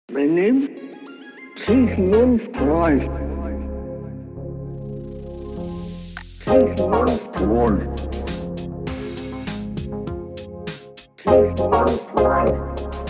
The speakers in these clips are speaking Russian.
Benim Jesus Christ. Jesus Christ. Jesus Christ.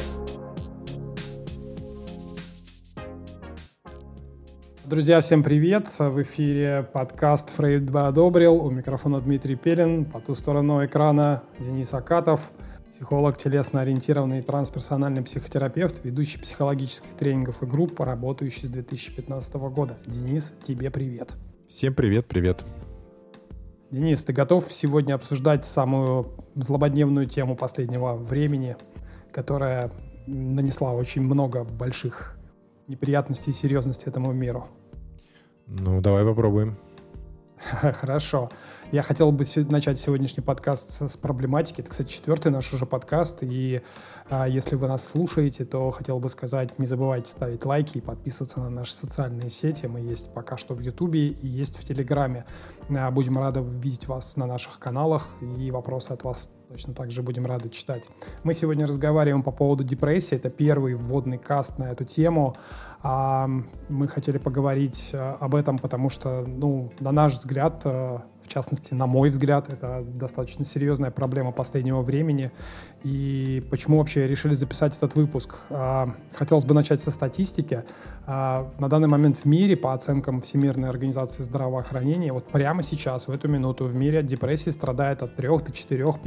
Друзья, всем привет! В эфире подкаст «Фрейд бы одобрил». У микрофона Дмитрий Пелин, по ту сторону экрана Денис Акатов, психолог, телесно-ориентированный трансперсональный психотерапевт, ведущий психологических тренингов и групп, работающий с 2015 года. Денис, тебе привет! Всем привет! Денис, ты готов сегодня обсуждать самую злободневную тему последнего времени, которая нанесла очень много больших неприятностей и серьезности этому миру? Ну, давай попробуем. Хорошо. Я хотел бы начать сегодняшний подкаст с проблематики. Это, кстати, 4-й наш уже подкаст. И если вы нас слушаете, то хотел бы сказать, не забывайте ставить лайки и подписываться на наши социальные сети. Мы есть пока что в Ютубе и есть в Телеграме. Будем рады видеть вас на наших каналах, и вопросы от вас точно так же будем рады читать. Мы сегодня разговариваем по поводу депрессии. Это первый вводный каст на эту тему. Мы хотели поговорить об этом, потому что, на наш взгляд, в частности, на мой взгляд, это достаточно серьезная проблема последнего времени. И почему вообще решили записать этот выпуск? Хотелось бы начать со статистики. На данный момент в мире, по оценкам Всемирной организации здравоохранения, вот прямо сейчас, в эту минуту, в мире от депрессии страдает от 3 до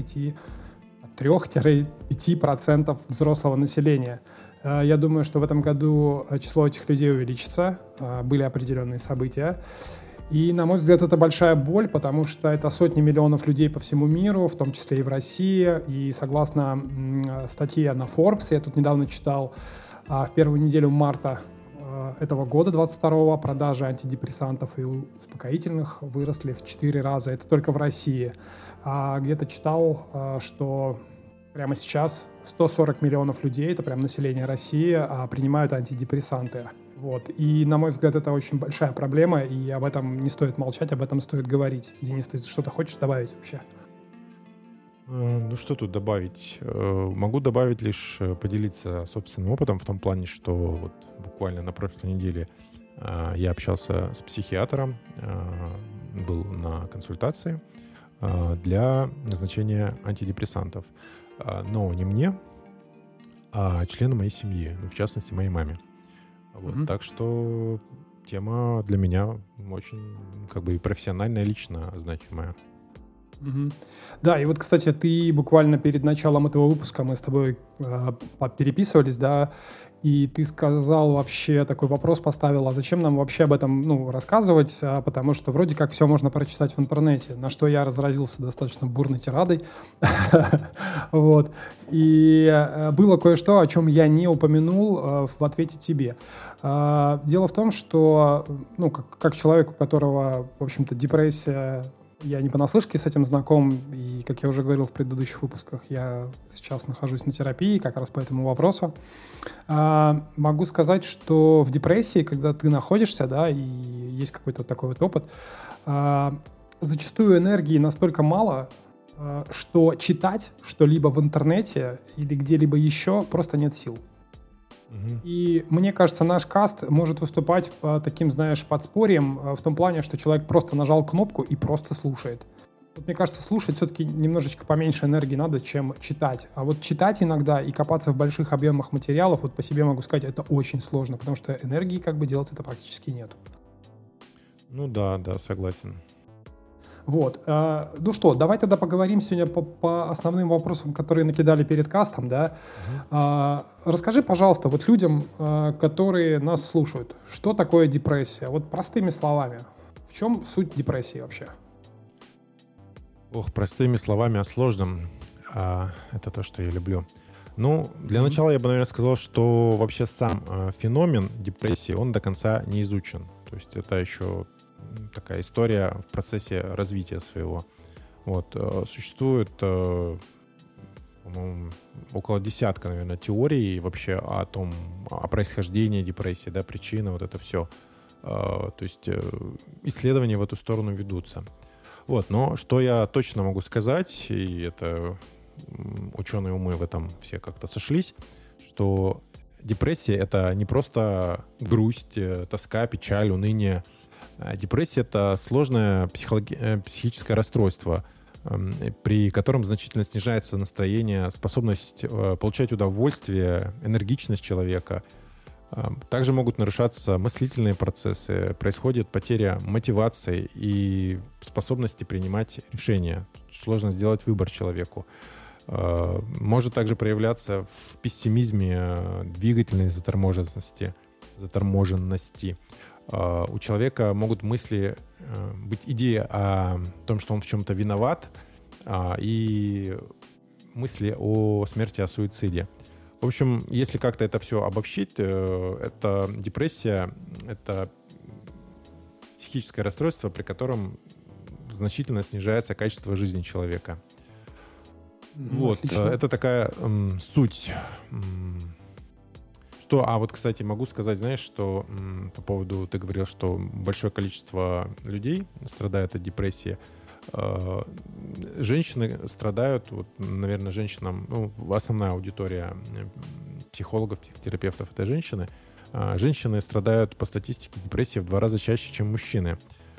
3-5% взрослого населения. Я думаю, что в этом году число этих людей увеличится. Были определенные события. И, на мой взгляд, это большая боль, потому что это сотни миллионов людей по всему миру, в том числе и в России. И согласно статье на Forbes, я тут недавно читал, в первую неделю марта этого года, 22-го, продажи антидепрессантов и успокоительных выросли в 4 раза. Это только в России. Где-то читал, что прямо сейчас 140 миллионов людей, это прям население России, принимают антидепрессанты. Вот. И, на мой взгляд, это очень большая проблема, и об этом не стоит молчать, об этом стоит говорить. Денис, ты что-то хочешь добавить вообще? Ну, что тут добавить? Могу добавить лишь поделиться собственным опытом в том плане, что вот буквально на прошлой неделе я общался с психиатром, был на консультации для назначения антидепрессантов. Но не мне, а члену моей семьи, в частности, моей маме. Вот, так что тема для меня очень и профессиональная, лично значимая. Да, и вот, кстати, ты буквально перед началом этого выпуска мы с тобой переписывались, да, и ты сказал вообще, такой вопрос поставил, а зачем нам вообще об этом рассказывать, потому что вроде как все можно прочитать в интернете, на что я разразился достаточно бурной тирадой. Вот. И было кое-что, о чем я не упомянул в ответе тебе. Дело в том, что, как человек, у которого, в общем-то, депрессия, я не понаслышке с этим знаком, и, как я уже говорил в предыдущих выпусках, я сейчас нахожусь на терапии как раз по этому вопросу. Могу сказать, что в депрессии, когда ты находишься, да, и есть какой-то такой вот опыт, зачастую энергии настолько мало, что читать что-либо в интернете или где-либо еще просто нет сил. И мне кажется, наш каст может выступать таким, подспорьем в том плане, что человек просто нажал кнопку и просто слушает. Вот, мне кажется, слушать все-таки немножечко поменьше энергии надо, чем читать. А вот читать иногда и копаться в больших объемах материалов, вот по себе могу сказать, это очень сложно, потому что энергии делать это практически нет. Ну да, согласен. Вот. Ну что, давай тогда поговорим сегодня по основным вопросам, которые накидали перед кастом, да. Расскажи, пожалуйста, вот людям, которые нас слушают, что такое депрессия? Вот простыми словами. В чем суть депрессии вообще? Простыми словами о сложном. Это то, что я люблю. Для начала я бы, наверное, сказал, что вообще сам феномен депрессии, он до конца не изучен. То есть это еще такая история в процессе развития своего. Вот. Существует, по-моему, около десятка, наверное, теорий вообще о происхождении депрессии, да, причины, вот это все. То есть исследования в эту сторону ведутся. Вот. Но что я точно могу сказать, и это ученые умы в этом все как-то сошлись, что депрессия — это не просто грусть, тоска, печаль, уныние. Депрессия — это сложное психическое расстройство, при котором значительно снижается настроение, способность получать удовольствие, энергичность человека. Также могут нарушаться мыслительные процессы, происходит потеря мотивации и способности принимать решения. Сложно сделать выбор человеку. Может также проявляться в пессимизме, двигательной заторможенности. У человека могут быть идеи о том, что он в чем-то виноват, и мысли о смерти, о суициде. В общем, если как-то это все обобщить, это депрессия — это психическое расстройство, при котором значительно снижается качество жизни человека. Вот, это такая суть. Вот, кстати, могу сказать, знаешь, что по поводу, ты говорил, что большое количество людей страдает от депрессии. Женщины страдают, вот, наверное, женщинам, основная аудитория психологов, психотерапевтов — это женщины. Женщины страдают по статистике депрессии в 2 раза чаще, чем мужчины.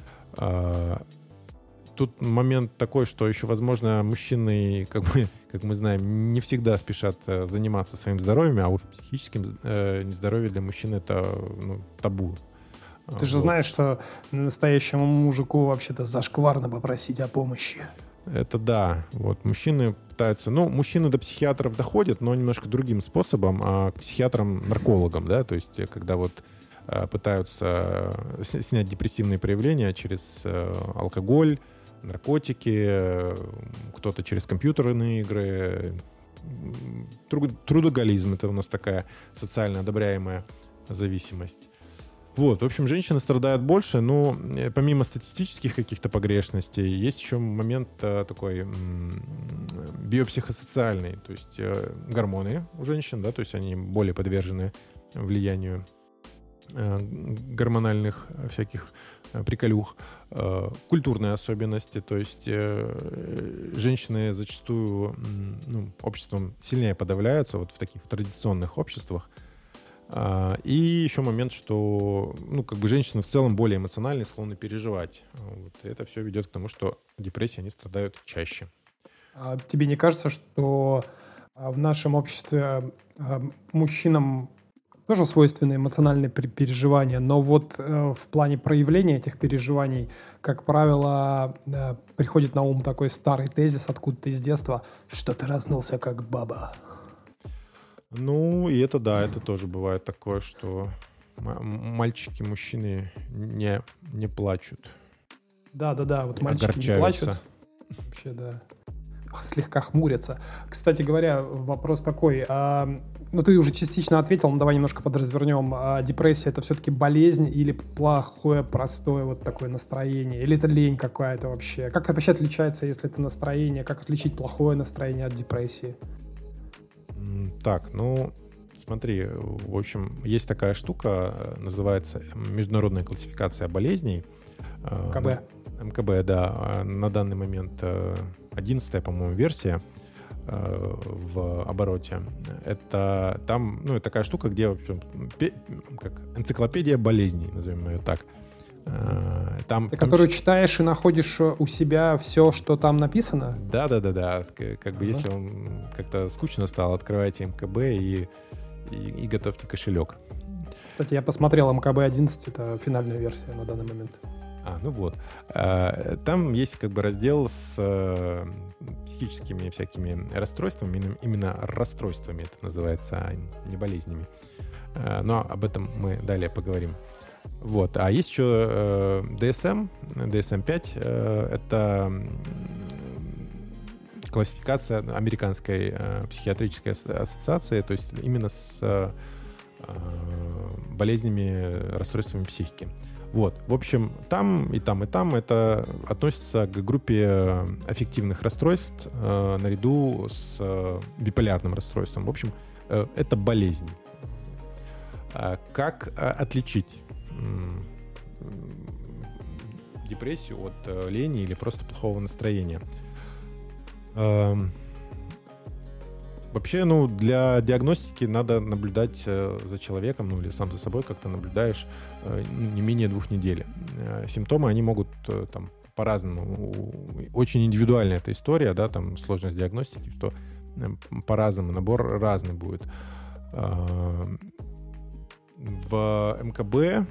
Тут момент такой, что еще, возможно, мужчины, как мы знаем, не всегда спешат заниматься своим здоровьем, а уж психическим нездоровьем для мужчин — это табу. Ты же знаешь, что настоящему мужику вообще-то зашкварно попросить о помощи. Это да. Вот мужчины пытаются... мужчины до психиатров доходят, но немножко другим способом, к психиатрам-наркологам, да, то есть когда вот пытаются снять депрессивные проявления через алкоголь, наркотики, кто-то через компьютерные игры. Трудоголизм — это у нас такая социально одобряемая зависимость. Вот, в общем, женщины страдают больше, но помимо статистических каких-то погрешностей есть еще момент такой биопсихосоциальный, то есть гормоны у женщин, да, то есть они более подвержены влиянию гормональных всяких приколюх, культурные особенности, то есть женщины зачастую обществом сильнее подавляются вот в таких традиционных обществах. И еще момент, что женщины в целом более эмоциональны, склонны переживать. Вот. И это все ведет к тому, что депрессией они страдают чаще. А тебе не кажется, что в нашем обществе мужчинам тоже свойственны эмоциональные переживания, но вот в плане проявления этих переживаний, как правило, приходит на ум такой старый тезис откуда-то из детства, что ты разнулся как баба. И это да, это тоже бывает такое, что мальчики, мужчины не плачут. Да, вот мальчики огорчаются. Не плачут. Вообще, да. Слегка хмурятся. Кстати говоря, вопрос такой. Ты уже частично ответил, но давай немножко подразвернем. Депрессия — это все-таки болезнь или плохое, простое вот такое настроение? Или это лень какая-то вообще? Как это вообще отличается, если это настроение? Как отличить плохое настроение от депрессии? Так, смотри, в общем, есть такая штука, называется международная классификация болезней. МКБ. МКБ, да. На данный момент 11-я, по-моему, версия в обороте. Это там, такая штука, где, в общем, как энциклопедия болезней, назовем ее так. Которую читаешь и находишь у себя все, что там написано? Да. Если вам как-то скучно стало, открывайте МКБ и готовьте кошелек. Кстати, я посмотрел МКБ-11, это финальная версия на данный момент. Там есть раздел с психическими всякими расстройствами, именно расстройствами это называется, а не болезнями. Но об этом мы далее поговорим. Вот. А есть еще DSM-5, это классификация американской психиатрической ассоциации, то есть именно с болезнями, расстройствами психики. Вот. В общем, там это относится к группе аффективных расстройств наряду с биполярным расстройством. В общем, это болезнь. Как отличить депрессию от лени или просто плохого настроения? Вообще, для диагностики надо наблюдать за человеком, или сам за собой как-то наблюдаешь не менее 2 недель. Симптомы, они могут там по-разному. Очень индивидуальная эта история, да, там сложность диагностики, что по-разному, набор разный будет. В МКБ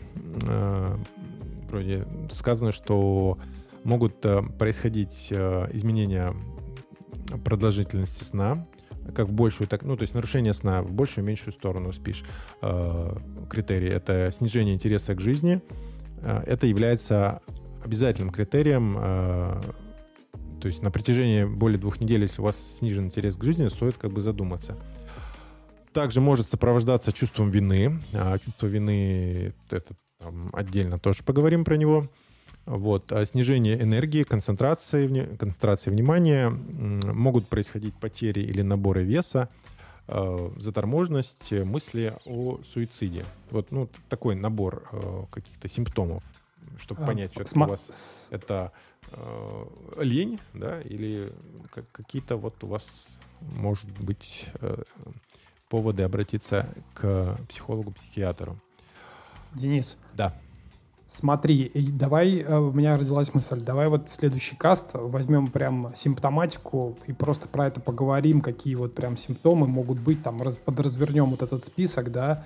вроде сказано, что могут происходить изменения продолжительности сна, как в большую, так, то есть нарушение сна в большую и меньшую сторону спишь. Критерии — это снижение интереса к жизни. Это является обязательным критерием. То есть на протяжении более 2 недель, если у вас снижен интерес к жизни, стоит как бы задуматься. Также может сопровождаться чувством вины. Чувство вины — это отдельно тоже поговорим про него. Вот. Снижение энергии, концентрации внимания, могут происходить потери или наборы веса, заторможенность, мысли о суициде. Вот, такой набор каких-то симптомов, чтобы понять, что у вас это лень, да, или какие-то вот у вас, может быть, поводы обратиться к психологу-психиатру. Денис. Да. Смотри, давай, у меня родилась мысль, давай вот следующий каст возьмем прям симптоматику и просто про это поговорим, какие вот прям симптомы могут быть, там подразвернем вот этот список, да.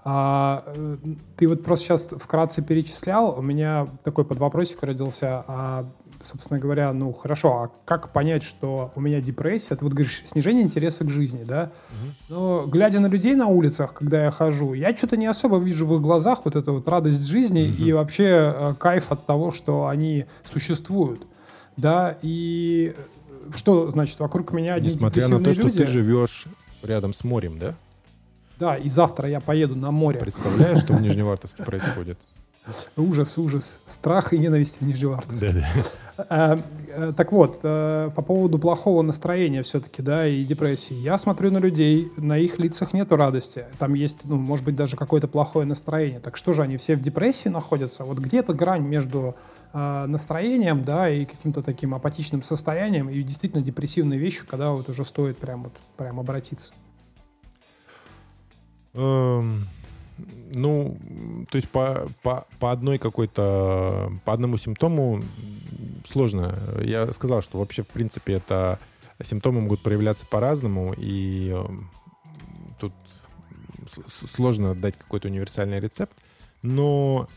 Ты вот просто сейчас вкратце перечислял, у меня такой подвопросик родился, собственно говоря, хорошо, а как понять, что у меня депрессия? Ты вот говоришь, снижение интереса к жизни, да? Но глядя на людей на улицах, когда я хожу, я что-то не особо вижу в их глазах вот эту вот радость жизни и вообще кайф от того, что они существуют, да? И что значит, вокруг меня одни депрессивные люди? Несмотря на то, что ты живешь рядом с морем, да? Да, и завтра я поеду на море. Представляешь, что в Нижневартовске происходит? Ужас, ужас. Страх и ненависть в Нижневартовске. Да. Так вот, по поводу плохого настроения все-таки, да, и депрессии. Я смотрю на людей, на их лицах нету радости. Там есть, может быть, даже какое-то плохое настроение. Так что же, они все в депрессии находятся? Вот где эта грань между настроением, да, и каким-то таким апатичным состоянием и действительно депрессивной вещью, когда вот уже стоит прям обратиться? То есть по одной какой-то, по одному симптому сложно. Я сказал, что вообще, в принципе, это симптомы могут проявляться по-разному, и тут сложно дать какой-то универсальный рецепт, но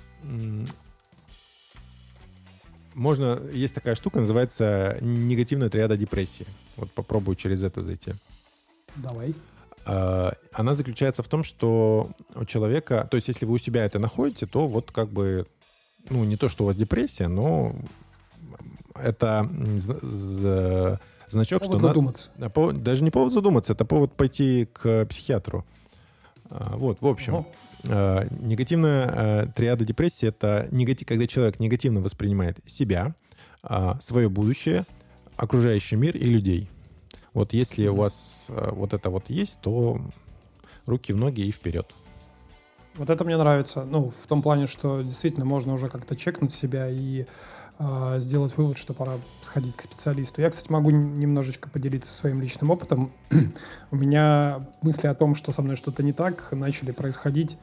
есть такая штука, называется негативная триада депрессии. Вот попробую через это зайти. Давай. Она заключается в том, что у человека, то есть если вы у себя это находите, то вот как бы, не то, что у вас депрессия, но это значок, повод что задуматься. Даже не повод задуматься, это повод пойти к психиатру. Вот, в общем, негативная триада депрессии — это когда человек негативно воспринимает себя, свое будущее, окружающий мир и людей. Вот если у вас вот это вот есть, то руки в ноги и вперед. Вот это мне нравится. В том плане, что действительно можно уже как-то чекнуть себя и сделать вывод, что пора сходить к специалисту. Я, кстати, могу немножечко поделиться своим личным опытом. У меня мысли о том, что со мной что-то не так, начали происходить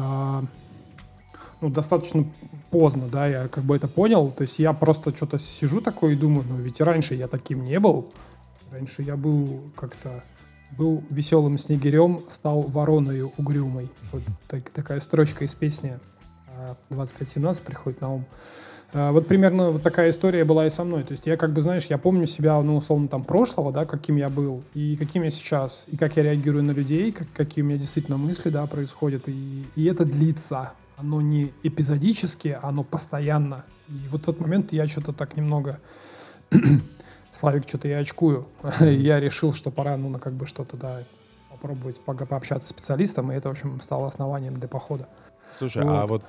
достаточно поздно, да, я как бы это понял. То есть я просто что-то сижу такой и думаю, ведь и раньше я таким не был. Раньше я был веселым снегирем, стал вороною угрюмой. Вот такая строчка из песни 2517 приходит на ум. Вот примерно вот такая история была и со мной. То есть я как бы, знаешь, я помню себя, условно, там, прошлого, да, каким я был, и каким я сейчас, и как я реагирую на людей, какие у меня действительно мысли, да, происходят. И это длится. Оно не эпизодически, оно постоянно. И вот в тот момент я что-то так немного... Славик, что-то я очкую. Я решил, что пора, как бы что-то, да, попробовать пообщаться с специалистом, и это, в общем, стало основанием для похода. Слушай, а вот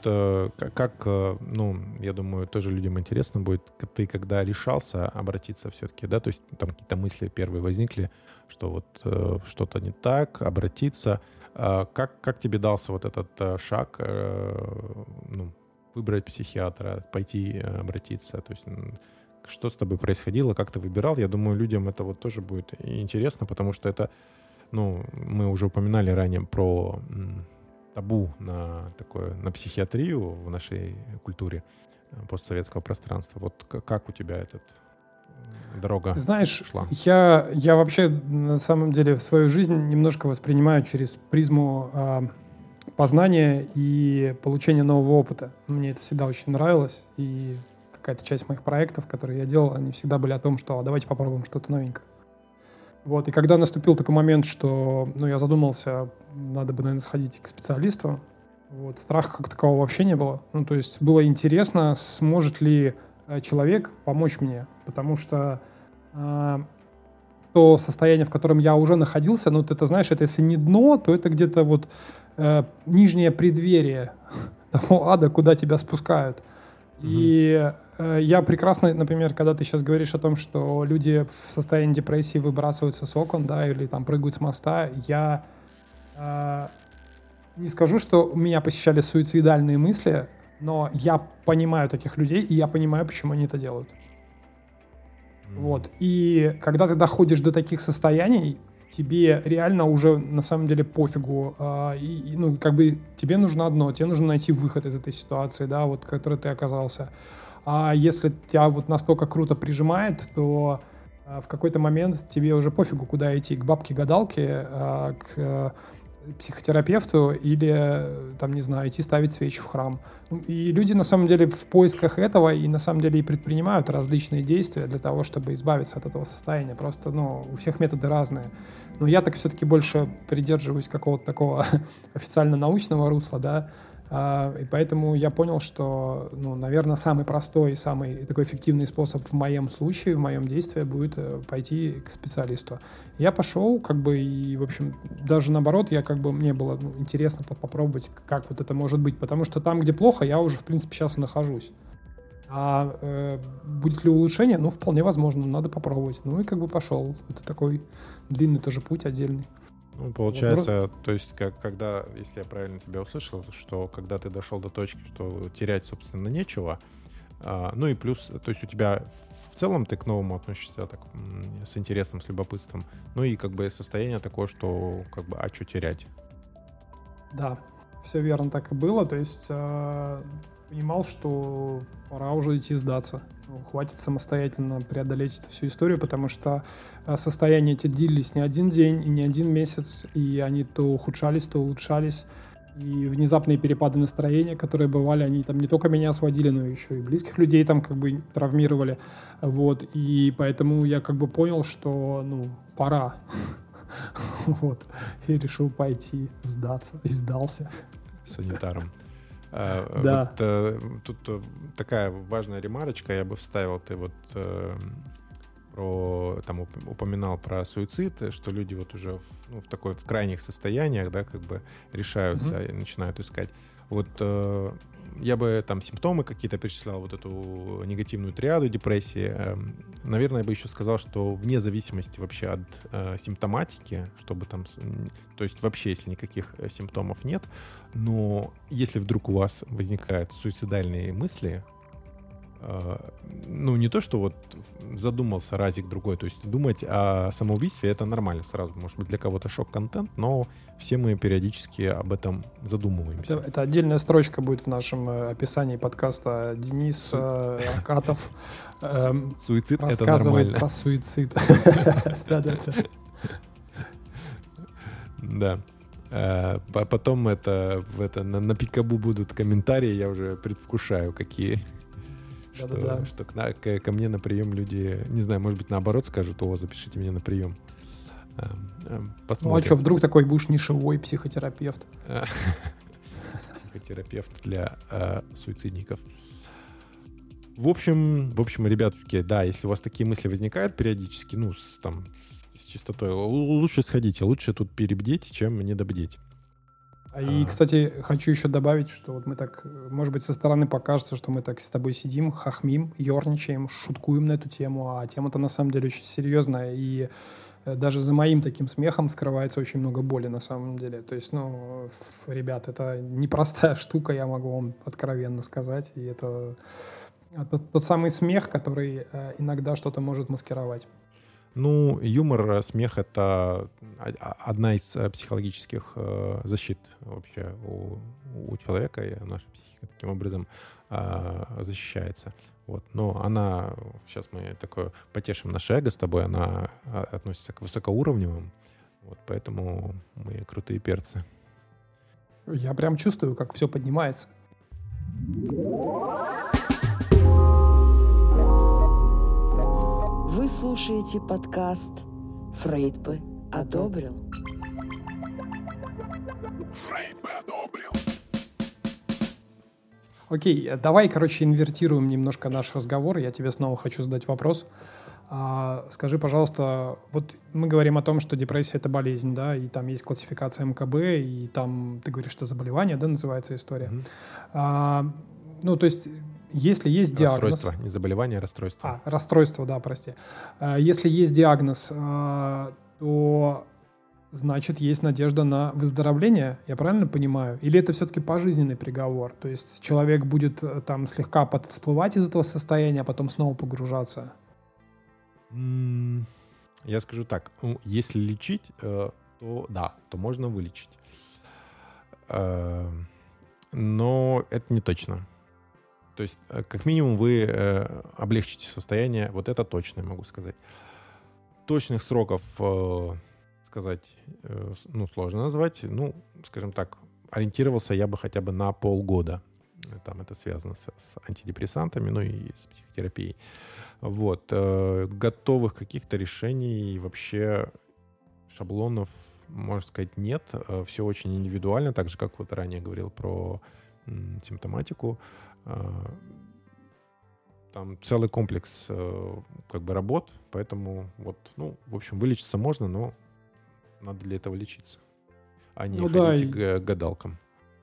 я думаю, тоже людям интересно будет, ты когда решался обратиться все-таки, да, то есть там какие-то мысли первые возникли, что вот что-то не так, обратиться. Как тебе дался вот этот шаг, выбрать психиатра, пойти обратиться, то есть... что с тобой происходило, как ты выбирал. Я думаю, людям это вот тоже будет интересно, потому что это, ну, мы уже упоминали ранее про табу на такое, на психиатрию в нашей культуре постсоветского пространства. Вот как у тебя этот дорога Знаешь, шла? я вообще на самом деле свою жизнь немножко воспринимаю через призму познания и получения нового опыта. Мне это всегда очень нравилось, и какая-то часть моих проектов, которые я делал, они всегда были о том, что давайте попробуем что-то новенькое. Вот, и когда наступил такой момент, что, ну, я задумался, надо бы, наверное, сходить к специалисту, вот, страха как такового вообще не было. Ну, то есть было интересно, сможет ли человек помочь мне, потому что то состояние, в котором я уже находился, ну, ты знаешь, это если не дно, то это где-то вот нижнее преддверие того ада, куда тебя спускают. И я прекрасно, например, когда ты сейчас говоришь о том, что люди в состоянии депрессии выбрасываются с окон, да, или там прыгают с моста, я не скажу, что меня посещали суицидальные мысли, но я понимаю таких людей, и я понимаю, почему они это делают. Вот. И когда ты доходишь до таких состояний, тебе реально уже на самом деле пофигу. Ну, как бы тебе нужно одно, тебе нужно найти выход из этой ситуации, да, вот, в которой ты оказался. А если тебя вот настолько круто прижимает, то в какой-то момент тебе уже пофигу, куда идти, к бабке-гадалке, к психотерапевту или, там, не знаю, идти ставить свечи в храм. И люди, на самом деле, в поисках этого и, на самом деле, и предпринимают различные действия для того, чтобы избавиться от этого состояния. Просто, ну, у всех методы разные. Но я так все-таки больше придерживаюсь какого-то такого официально-научного русла, да, и поэтому я понял, что, ну, наверное, самый простой и самый такой эффективный способ в моем случае, в моем действии будет пойти к специалисту. Я пошел, как бы, и, в общем, даже наоборот, я как бы, мне было интересно попробовать, как вот это может быть, потому что там, где плохо, я уже, в принципе, сейчас и нахожусь. Будет ли улучшение? Ну, вполне возможно, надо попробовать. Ну, и как бы пошел. Это такой длинный тоже путь отдельный. Ну, получается, то есть, когда, если я правильно тебя услышал, что когда ты дошел до точки, что терять, собственно, нечего, ну и плюс, то есть у тебя в целом ты к новому относишься так с интересом, с любопытством, ну и как бы состояние такое, что как бы, а что терять? Да, все верно так и было, то есть понимал, что пора уже идти сдаться. Хватит самостоятельно преодолеть эту всю историю, потому что состояния эти длились не один день и не один месяц, и они то ухудшались, то улучшались. И внезапные перепады настроения, которые бывали, они там не только меня сводили, но еще и близких людей там как бы травмировали. Вот. И поэтому я как бы понял, что, ну, пора. Вот. И решил пойти сдаться. И сдался. Санитаром. Да. Вот, тут такая важная ремарочка, я бы вставил, ты вот там упоминал про суицид, что люди вот уже в крайних состояниях, да, как бы решаются и начинают искать. Вот я бы там симптомы какие-то перечислял, вот эту негативную триаду депрессии. Наверное, я бы еще сказал, что вне зависимости вообще от симптоматики, чтобы там, то есть вообще, если никаких симптомов нет, но если вдруг у вас возникают суицидальные мысли, ну, не то, что вот задумался разик-другой, то есть думать о самоубийстве — это нормально сразу. Может быть, для кого-то шок-контент, но все мы периодически об этом задумываемся. Это отдельная строчка будет в нашем описании подкаста. Денис Акатов суицид — это рассказывает нормально. про суицид. Да. Потом на Пикабу будут комментарии, я уже предвкушаю, какие... Что ко мне на прием люди, не знаю, может быть, наоборот скажут: о, запишите меня на прием. Посмотрим. Ну а что, вдруг такой будешь нишевой психотерапевт? Психотерапевт для суицидников. В общем, ребятушки, да, если у вас такие мысли возникают периодически, ну, с чистотой, лучше сходите, лучше тут перебдеть, чем недобдеть. И, кстати, хочу еще добавить, что вот мы так, может быть, со стороны покажется, что мы так с тобой сидим, хохмим, ерничаем, шуткуем на эту тему, а тема-то на самом деле очень серьезная, и даже за моим таким смехом скрывается очень много боли на самом деле. То есть, ну, ребят, это непростая штука, я могу вам откровенно сказать, и это Тот самый смех, который иногда что-то может маскировать. Ну, юмор, смех — это одна из психологических защит вообще у человека, и наша психика таким образом защищается. Вот. Но она, сейчас мы такое потешим наше эго с тобой, она относится к высокоуровневым, вот, поэтому мы крутые перцы. Я прям чувствую, как все поднимается. Вы слушаете подкаст «Фрейд бы одобрил». Фрейд бы одобрил. Окей, давай, инвертируем немножко наш разговор. Я тебе снова хочу задать вопрос. Скажи, пожалуйста, вот мы говорим о том, что депрессия — это болезнь, да, и там есть классификация МКБ, и там, ты говоришь, что заболевание, да, называется история. Ну, то есть, если есть диагноз... Расстройство, не заболевание, а расстройство. Расстройство, да, прости. Если есть диагноз, то, значит, есть надежда на выздоровление, я правильно понимаю? Или это все-таки пожизненный приговор? То есть человек будет там слегка всплывать из этого состояния, а потом снова погружаться? Я скажу так, если лечить, то да, то можно вылечить. Но это не точно. То есть, как минимум, вы облегчите состояние, вот это точно, я могу сказать. Точных сроков сказать, сложно назвать. Ну, скажем так, ориентировался я бы хотя бы на полгода. Там это связано с антидепрессантами, ну и с психотерапией. Вот. Готовых каких-то решений, вообще шаблонов, можно сказать, нет. Все очень индивидуально, так же, как вот ранее говорил про симптоматику. Там целый комплекс работ, поэтому в общем, вылечиться можно, но надо для этого лечиться, а не ходить к гадалкам.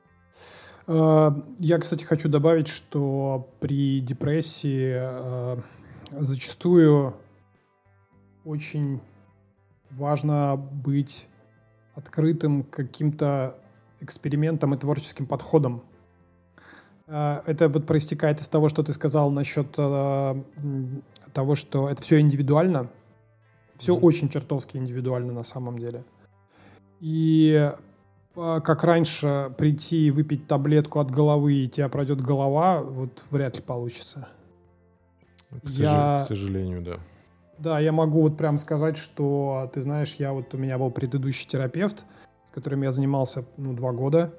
Я, кстати, хочу добавить, что при депрессии зачастую очень важно быть открытым к каким-то экспериментам и творческим подходам. Это вот проистекает из того, что ты сказал насчет того, что это все индивидуально. Все очень чертовски индивидуально на самом деле. И как раньше прийти и выпить таблетку от головы, и тебя пройдет голова, вот вряд ли получится. К сожалению, да. Да, я могу вот прям сказать, что, ты знаешь, у меня был предыдущий терапевт, с которым я занимался 2 года.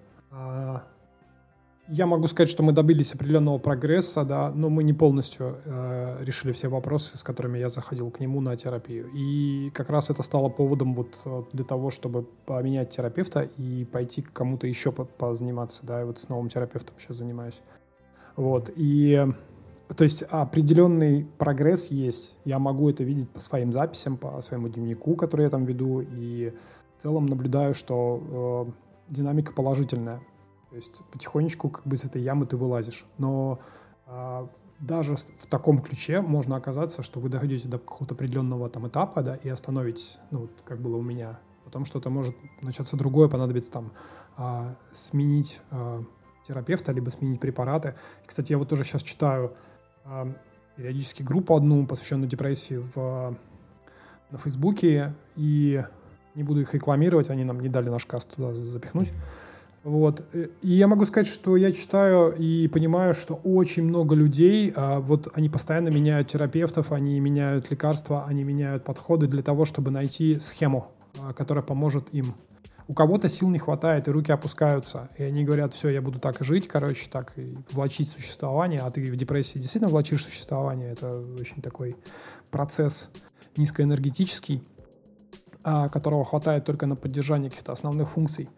Я могу сказать, что мы добились определенного прогресса, да, но мы не полностью решили все вопросы, с которыми я заходил к нему на терапию. И как раз это стало поводом для того, чтобы поменять терапевта и пойти к кому-то еще позаниматься, да, и вот с новым терапевтом сейчас занимаюсь. Вот, и то есть определенный прогресс есть. Я могу это видеть по своим записям, по своему дневнику, который я там веду, и в целом наблюдаю, что динамика положительная. То есть потихонечку из этой ямы ты вылазишь. Но даже в таком ключе можно оказаться, что вы доходите до какого-то определенного там этапа, да, и остановитесь, как было у меня. Потом что-то может начаться другое, понадобится там сменить терапевта, либо сменить препараты. Кстати, я вот тоже сейчас читаю периодически группу одну, посвященную депрессии на Фейсбуке, и не буду их рекламировать, они нам не дали наш каст туда запихнуть. Вот. И я могу сказать, что я читаю и понимаю, что очень много людей, они постоянно меняют терапевтов, они меняют лекарства, они меняют подходы для того, чтобы найти схему, которая поможет им. У кого-то сил не хватает, и руки опускаются, и они говорят: все, я буду так и жить, так и влачить существование, а ты в депрессии действительно влачишь существование. Это очень такой процесс низкоэнергетический, которого хватает только на поддержание каких-то основных функций.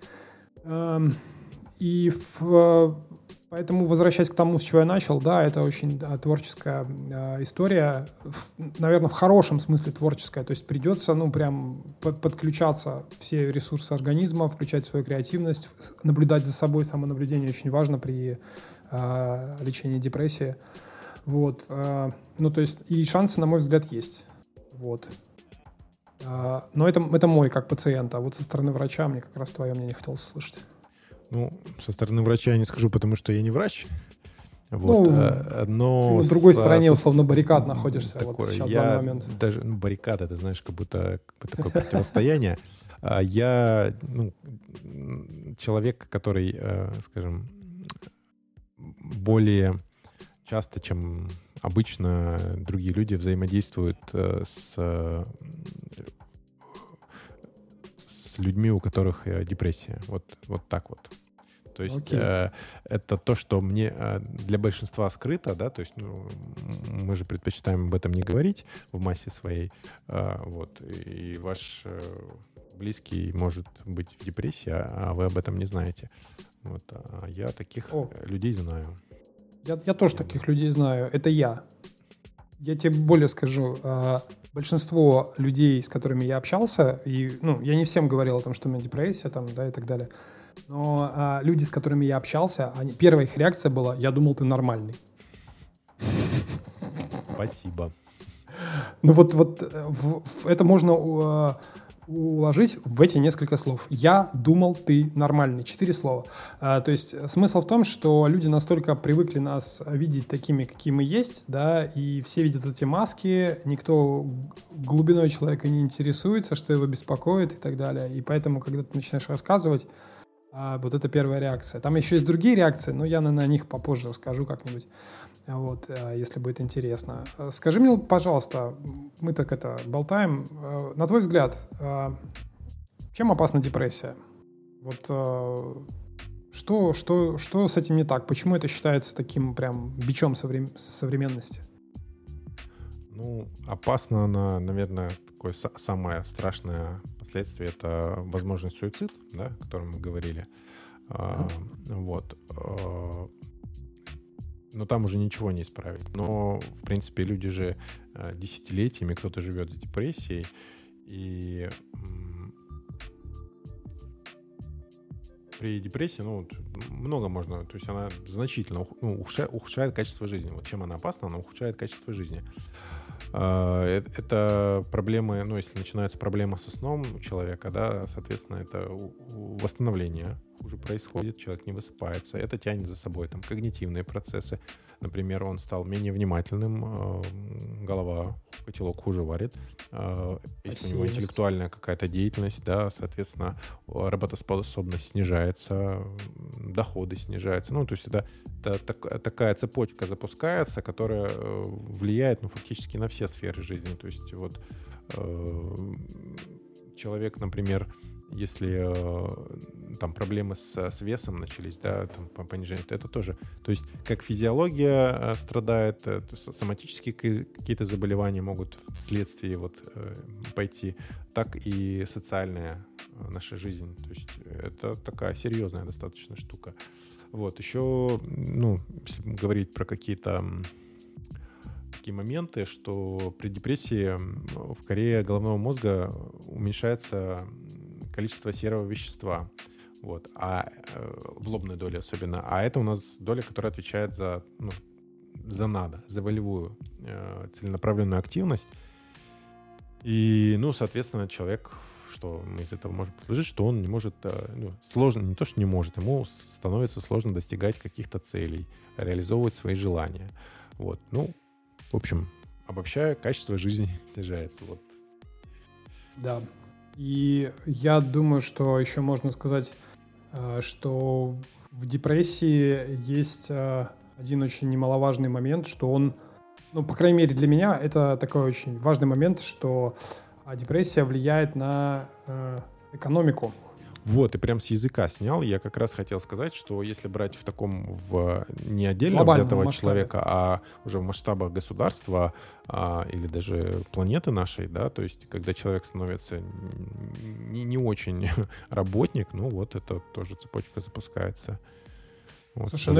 И поэтому, возвращаясь к тому, с чего я начал, да, это очень творческая история, наверное, в хорошем смысле творческая, то есть придется, прям подключаться все ресурсы организма, включать свою креативность, наблюдать за собой, самонаблюдение очень важно при лечении депрессии, вот, то есть и шансы, на мой взгляд, есть, вот. Но это мой как пациент, а вот со стороны врача мне как раз твое мнение хотелось услышать. Со стороны врача я не скажу, потому что я не врач. Вот, но на другой стороне, условно, баррикад находишься такое, вот сейчас в данный момент. Даже, баррикада, это, знаешь, как будто такое противостояние. Я человек, который, скажем, более часто, чем обычно другие люди, взаимодействуют с людьми, у которых депрессия. Вот так вот. То есть это то, что мне для большинства скрыто, да, то есть мы же предпочитаем об этом не говорить в массе своей, вот, и ваш близкий может быть в депрессии, а вы об этом не знаете. Вот, а я таких людей знаю. Я тоже таких людей знаю. Это я. Я тебе более скажу. Большинство людей, с которыми я общался, и я не всем говорил о том, что у меня депрессия, там, да, и так далее. Но люди, с которыми я общался, первая их реакция была: я думал, ты нормальный. Спасибо. Ну вот это можно уложить в эти несколько слов. Я думал, ты нормальный. 4 слова. То есть смысл в том, что люди настолько привыкли нас видеть такими, какие мы есть, да, и все видят эти маски, никто глубиной человека не интересуется, что его беспокоит и так далее. И поэтому, когда ты начинаешь рассказывать, вот это первая реакция. Там еще есть другие реакции, но я на них попозже расскажу как-нибудь, вот, если будет интересно. Скажи мне, пожалуйста, мы так болтаем. На твой взгляд, чем опасна депрессия? Вот что с этим не так? Почему это считается таким прям бичом современности? Опасно она, наверное, такое самое страшное последствие — это возможный суицид, да, о котором мы говорили. Вот. Но там уже ничего не исправить. Но, в принципе, люди же десятилетиями, кто-то живет с депрессией, и при депрессии, много можно, то есть она значительно ухудшает качество жизни. Вот чем она опасна, она ухудшает качество жизни. Это проблемы, если начинаются проблемы со сном у человека, да, соответственно, это восстановление хуже происходит, человек не высыпается, это тянет за собой там когнитивные процессы. Например, он стал менее внимательным, голова, котелок хуже варит, если у него интеллектуальная какая-то деятельность, да, соответственно, работоспособность снижается, доходы снижаются. То есть это такая цепочка запускается, которая влияет, фактически на все сферы жизни. То есть вот человек, например, если там проблемы с весом начались, да, там понижение, это тоже. То есть как физиология страдает, соматические какие-то заболевания могут вследствие пойти, так и социальная наша жизнь. То есть это такая серьезная достаточно штука. Вот, еще, если говорить про какие-то такие моменты, что при депрессии в коре головного мозга уменьшается количество серого вещества, вот, в лобной доле особенно. А это у нас доля, которая отвечает за волевую целенаправленную активность. И, соответственно, человек, что мы из этого можем предложить, что он не может, сложно, не то, что не может, ему становится сложно достигать каких-то целей, реализовывать свои желания. Вот, в общем, обобщая, качество жизни снижается. Вот. Да. И я думаю, что еще можно сказать, что в депрессии есть один очень немаловажный момент, что он, по крайней мере для меня, это такой очень важный момент, что депрессия влияет на экономику. Вот, и прям с языка снял. Я как раз хотел сказать, что если брать не отдельно глобальном взятого масштабе человека, а уже в масштабах государства или даже планеты нашей, да, то есть когда человек становится не очень работник, это тоже цепочка запускается. Вот, слушай,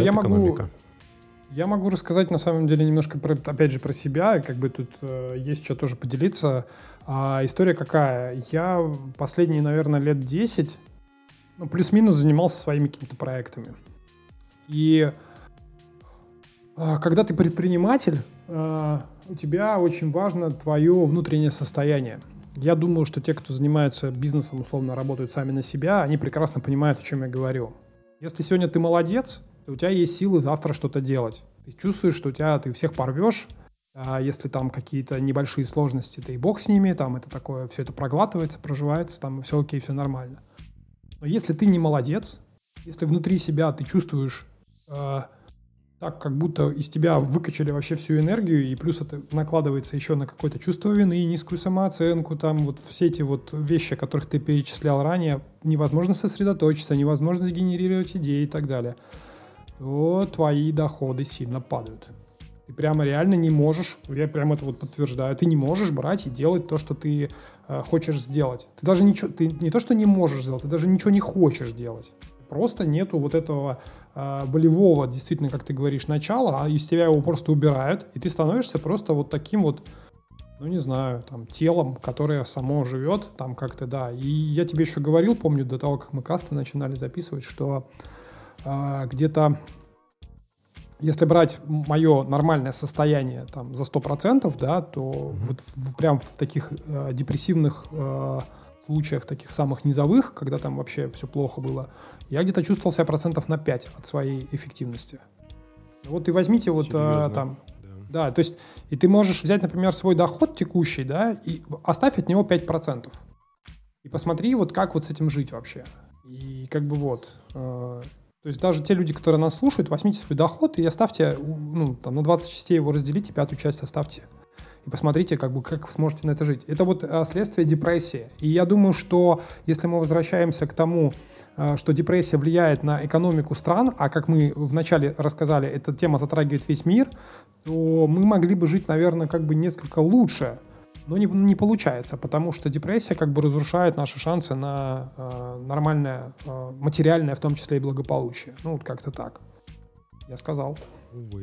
я могу рассказать на самом деле немножко опять же про себя, и тут есть что тоже поделиться. История какая? Я последние, наверное, лет 10 плюс-минус занимался своими какими-то проектами. И когда ты предприниматель, у тебя очень важно твое внутреннее состояние. Я думаю, что те, кто занимаются бизнесом, условно работают сами на себя, они прекрасно понимают, о чем я говорю. Если сегодня ты молодец, у тебя есть силы завтра что-то делать. Ты чувствуешь, что ты всех порвешь, если там какие-то небольшие сложности, то и бог с ними, там это такое, все это проглатывается, проживается, там все окей, все нормально. Но если ты не молодец, если внутри себя ты чувствуешь так, как будто из тебя выкачали вообще всю энергию, и плюс это накладывается еще на какое-то чувство вины, низкую самооценку, там вот все эти вот вещи, о которых ты перечислял ранее, невозможно сосредоточиться, невозможно сгенерировать идеи и так далее, то твои доходы сильно падают. Ты прямо реально не можешь, я прямо это вот подтверждаю, ты не можешь брать и делать то, что ты хочешь сделать. Ты даже ничего, ты не то, что не можешь сделать, ты даже ничего не хочешь делать. Просто нету вот этого болевого, действительно, как ты говоришь, начала, а из тебя его просто убирают, и ты становишься просто вот таким вот, ну, не знаю, там, телом, которое само живет, там как-то, да. И я тебе еще говорил, помню, до того, как мы касты начинали записывать, что где-то, если брать мое нормальное состояние там за 100%, да, то вот прям в таких депрессивных случаях, таких самых низовых, когда там вообще все плохо было, я где-то чувствовал себя 5% от своей эффективности. Вот и возьмите вот там... Да, то есть и ты можешь взять, например, свой доход текущий, да, и оставь от него 5%. И посмотри, вот как вот с этим жить вообще. И как бы вот... То есть даже те люди, которые нас слушают, возьмите свой доход и оставьте, ну, там, на 20 частей его разделите, 5-ю часть оставьте. И посмотрите, как вы сможете на это жить. Это вот следствие депрессии. И я думаю, что если мы возвращаемся к тому, что депрессия влияет на экономику стран, а как мы вначале рассказали, эта тема затрагивает весь мир, то мы могли бы жить, наверное, как бы несколько лучше. Но не получается, потому что депрессия как бы разрушает наши шансы на нормальное, материальное, в том числе и благополучие. Ну, вот как-то так. Я сказал. Увы,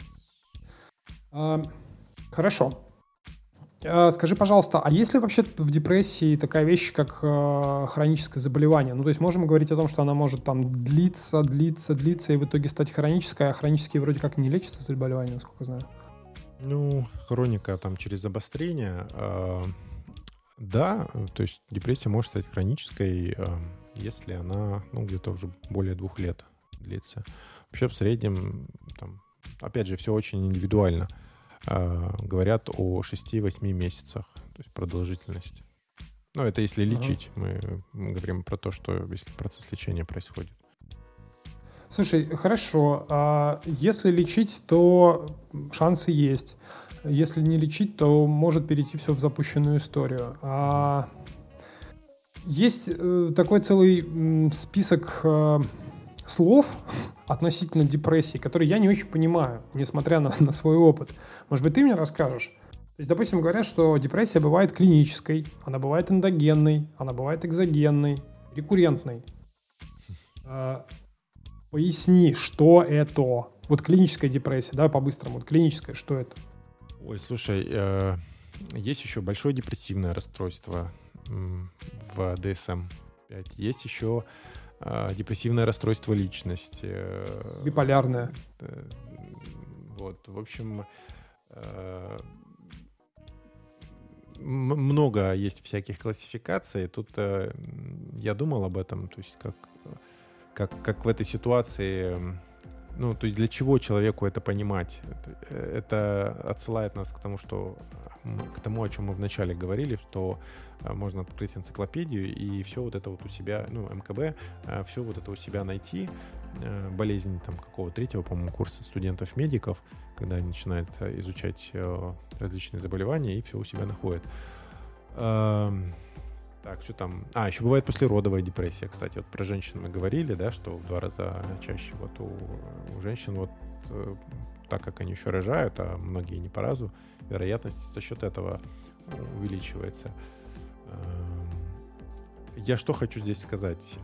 да. Хорошо. Скажи, пожалуйста, а есть ли вообще в депрессии такая вещь, как хроническое заболевание? Ну, то есть можем мы говорить о том, что она может там длиться, и в итоге стать хронической, а хронические вроде как не лечатся заболевания, насколько знаю. Ну, хроника там через обострение. Да, то есть депрессия может стать хронической, если она, ну, где-то уже более 2 лет длится. Вообще в среднем, там, опять же, все очень индивидуально. Говорят о 6-8 месяцах, то есть продолжительность. Ну, это если лечить. Мы говорим про то, что если процесс лечения происходит. Слушай, хорошо. Если лечить, то шансы есть. Если не лечить, то может перейти все в запущенную историю. Есть такой целый список слов относительно депрессии, которые я не очень понимаю, несмотря на свой опыт. Может быть, ты мне расскажешь? То есть, допустим, говорят, что депрессия бывает клинической, она бывает эндогенной, она бывает экзогенной, рекуррентной. Поясни, что это? Вот клиническая депрессия, да, по-быстрому. Вот клиническая, что это? Ой, слушай, есть еще большое депрессивное расстройство в DSM-5. Есть еще депрессивное расстройство личности. Биполярное. Вот, в общем, много есть всяких классификаций. Тут я думал об этом, то есть как в этой ситуации, ну, то есть для чего человеку это понимать? Это отсылает нас к тому, о чем мы вначале говорили, что можно открыть энциклопедию и все вот это вот у себя, ну, МКБ, все вот это у себя найти. Болезнь там какого-то 3-го, по-моему, курса студентов-медиков, когда они начинают изучать различные заболевания и все у себя находят. Так, что там? Еще бывает послеродовая депрессия, кстати. Вот про женщин мы говорили, да, что в 2 раза чаще вот у женщин вот так как они еще рожают, а многие не по разу, вероятность за счет этого увеличивается. Я что хочу здесь сказать?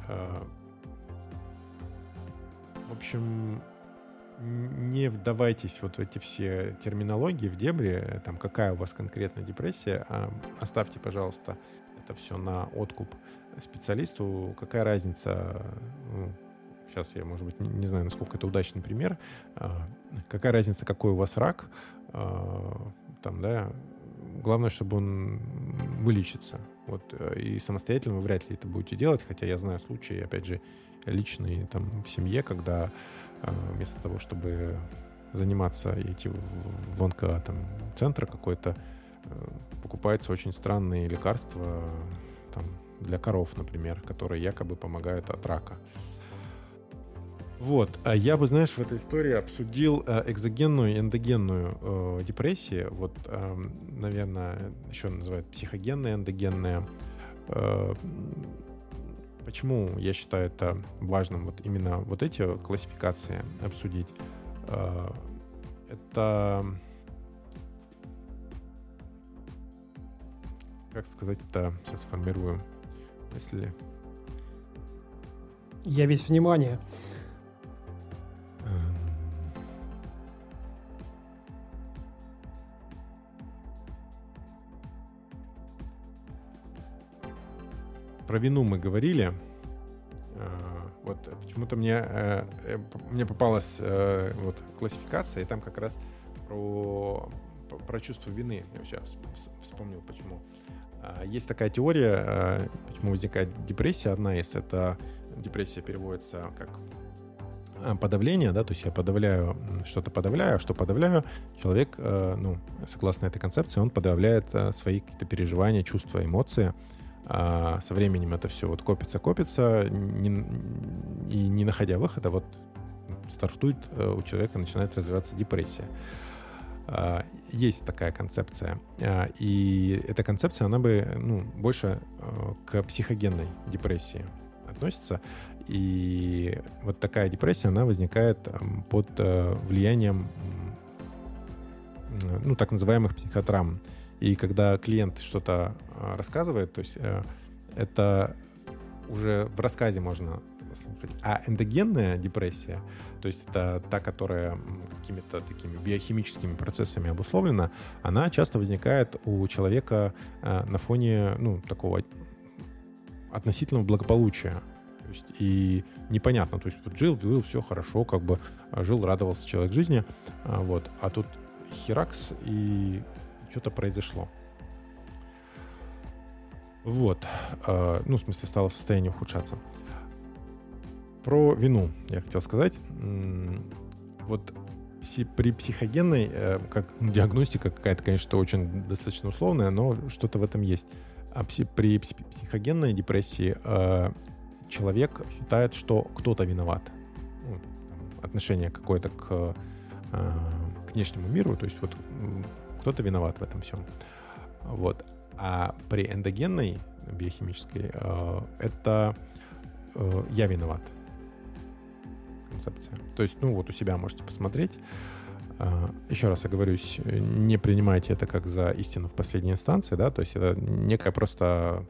В общем, не вдавайтесь вот в эти все терминологии в дебри, там, какая у вас конкретно депрессия, оставьте, пожалуйста, это все на откуп специалисту. Какая разница, сейчас я, может быть, не знаю, насколько это удачный пример, какая разница, какой у вас рак, там, да, главное, чтобы он вылечится. Вот, и самостоятельно вы вряд ли это будете делать, хотя я знаю случаи, опять же, личные там в семье, когда вместо того, чтобы заниматься и идти в онкоцентр какой-то, покупаются очень странные лекарства там, для коров, например, которые якобы помогают от рака. Вот. А я бы, знаешь, в этой истории обсудил экзогенную и эндогенную депрессию. Вот, наверное, еще называют психогенная, эндогенная. Почему я считаю это важным, вот именно вот эти классификации обсудить? Это, как сказать-то, сейчас сформирую мысли. Я весь внимание. Про вину мы говорили. Вот почему-то мне попалась вот классификация, и там как раз про чувство вины. Я сейчас вспомнил, почему. Есть такая теория, почему возникает депрессия. Одна из — это депрессия переводится как подавление, да, то есть я подавляю, что-то подавляю, а что подавляю, человек, согласно этой концепции, он подавляет свои какие-то переживания, чувства, эмоции. Со временем это все вот копится, и не находя выхода, вот стартует у человека, начинает развиваться депрессия. Есть такая концепция. И эта концепция, она бы больше к психогенной депрессии относится. И вот такая депрессия, она возникает под влиянием так называемых психотравм. И когда клиент что-то рассказывает, то есть это уже в рассказе можно слушать. А эндогенная депрессия, то есть это та, которая какими-то такими биохимическими процессами обусловлена, она часто возникает у человека на фоне такого относительного благополучия. То есть и непонятно, то есть вот жил, все хорошо, как бы жил, радовался человек жизни, вот, а тут херакс и что-то произошло. Вот. В смысле, стало состояние ухудшаться. Про вину я хотел сказать. Вот при психогенной, как диагностика какая-то, конечно, очень достаточно условная, но что-то в этом есть. А при психогенной депрессии человек считает, что кто-то виноват. Отношение какое-то к внешнему миру, то есть вот кто-то виноват в этом всем. Вот. А при эндогенной биохимической это я виноват. Концепция. То есть, у себя можете посмотреть. Еще раз оговорюсь, не принимайте это как за истину в последней инстанции, да, то есть это некая просто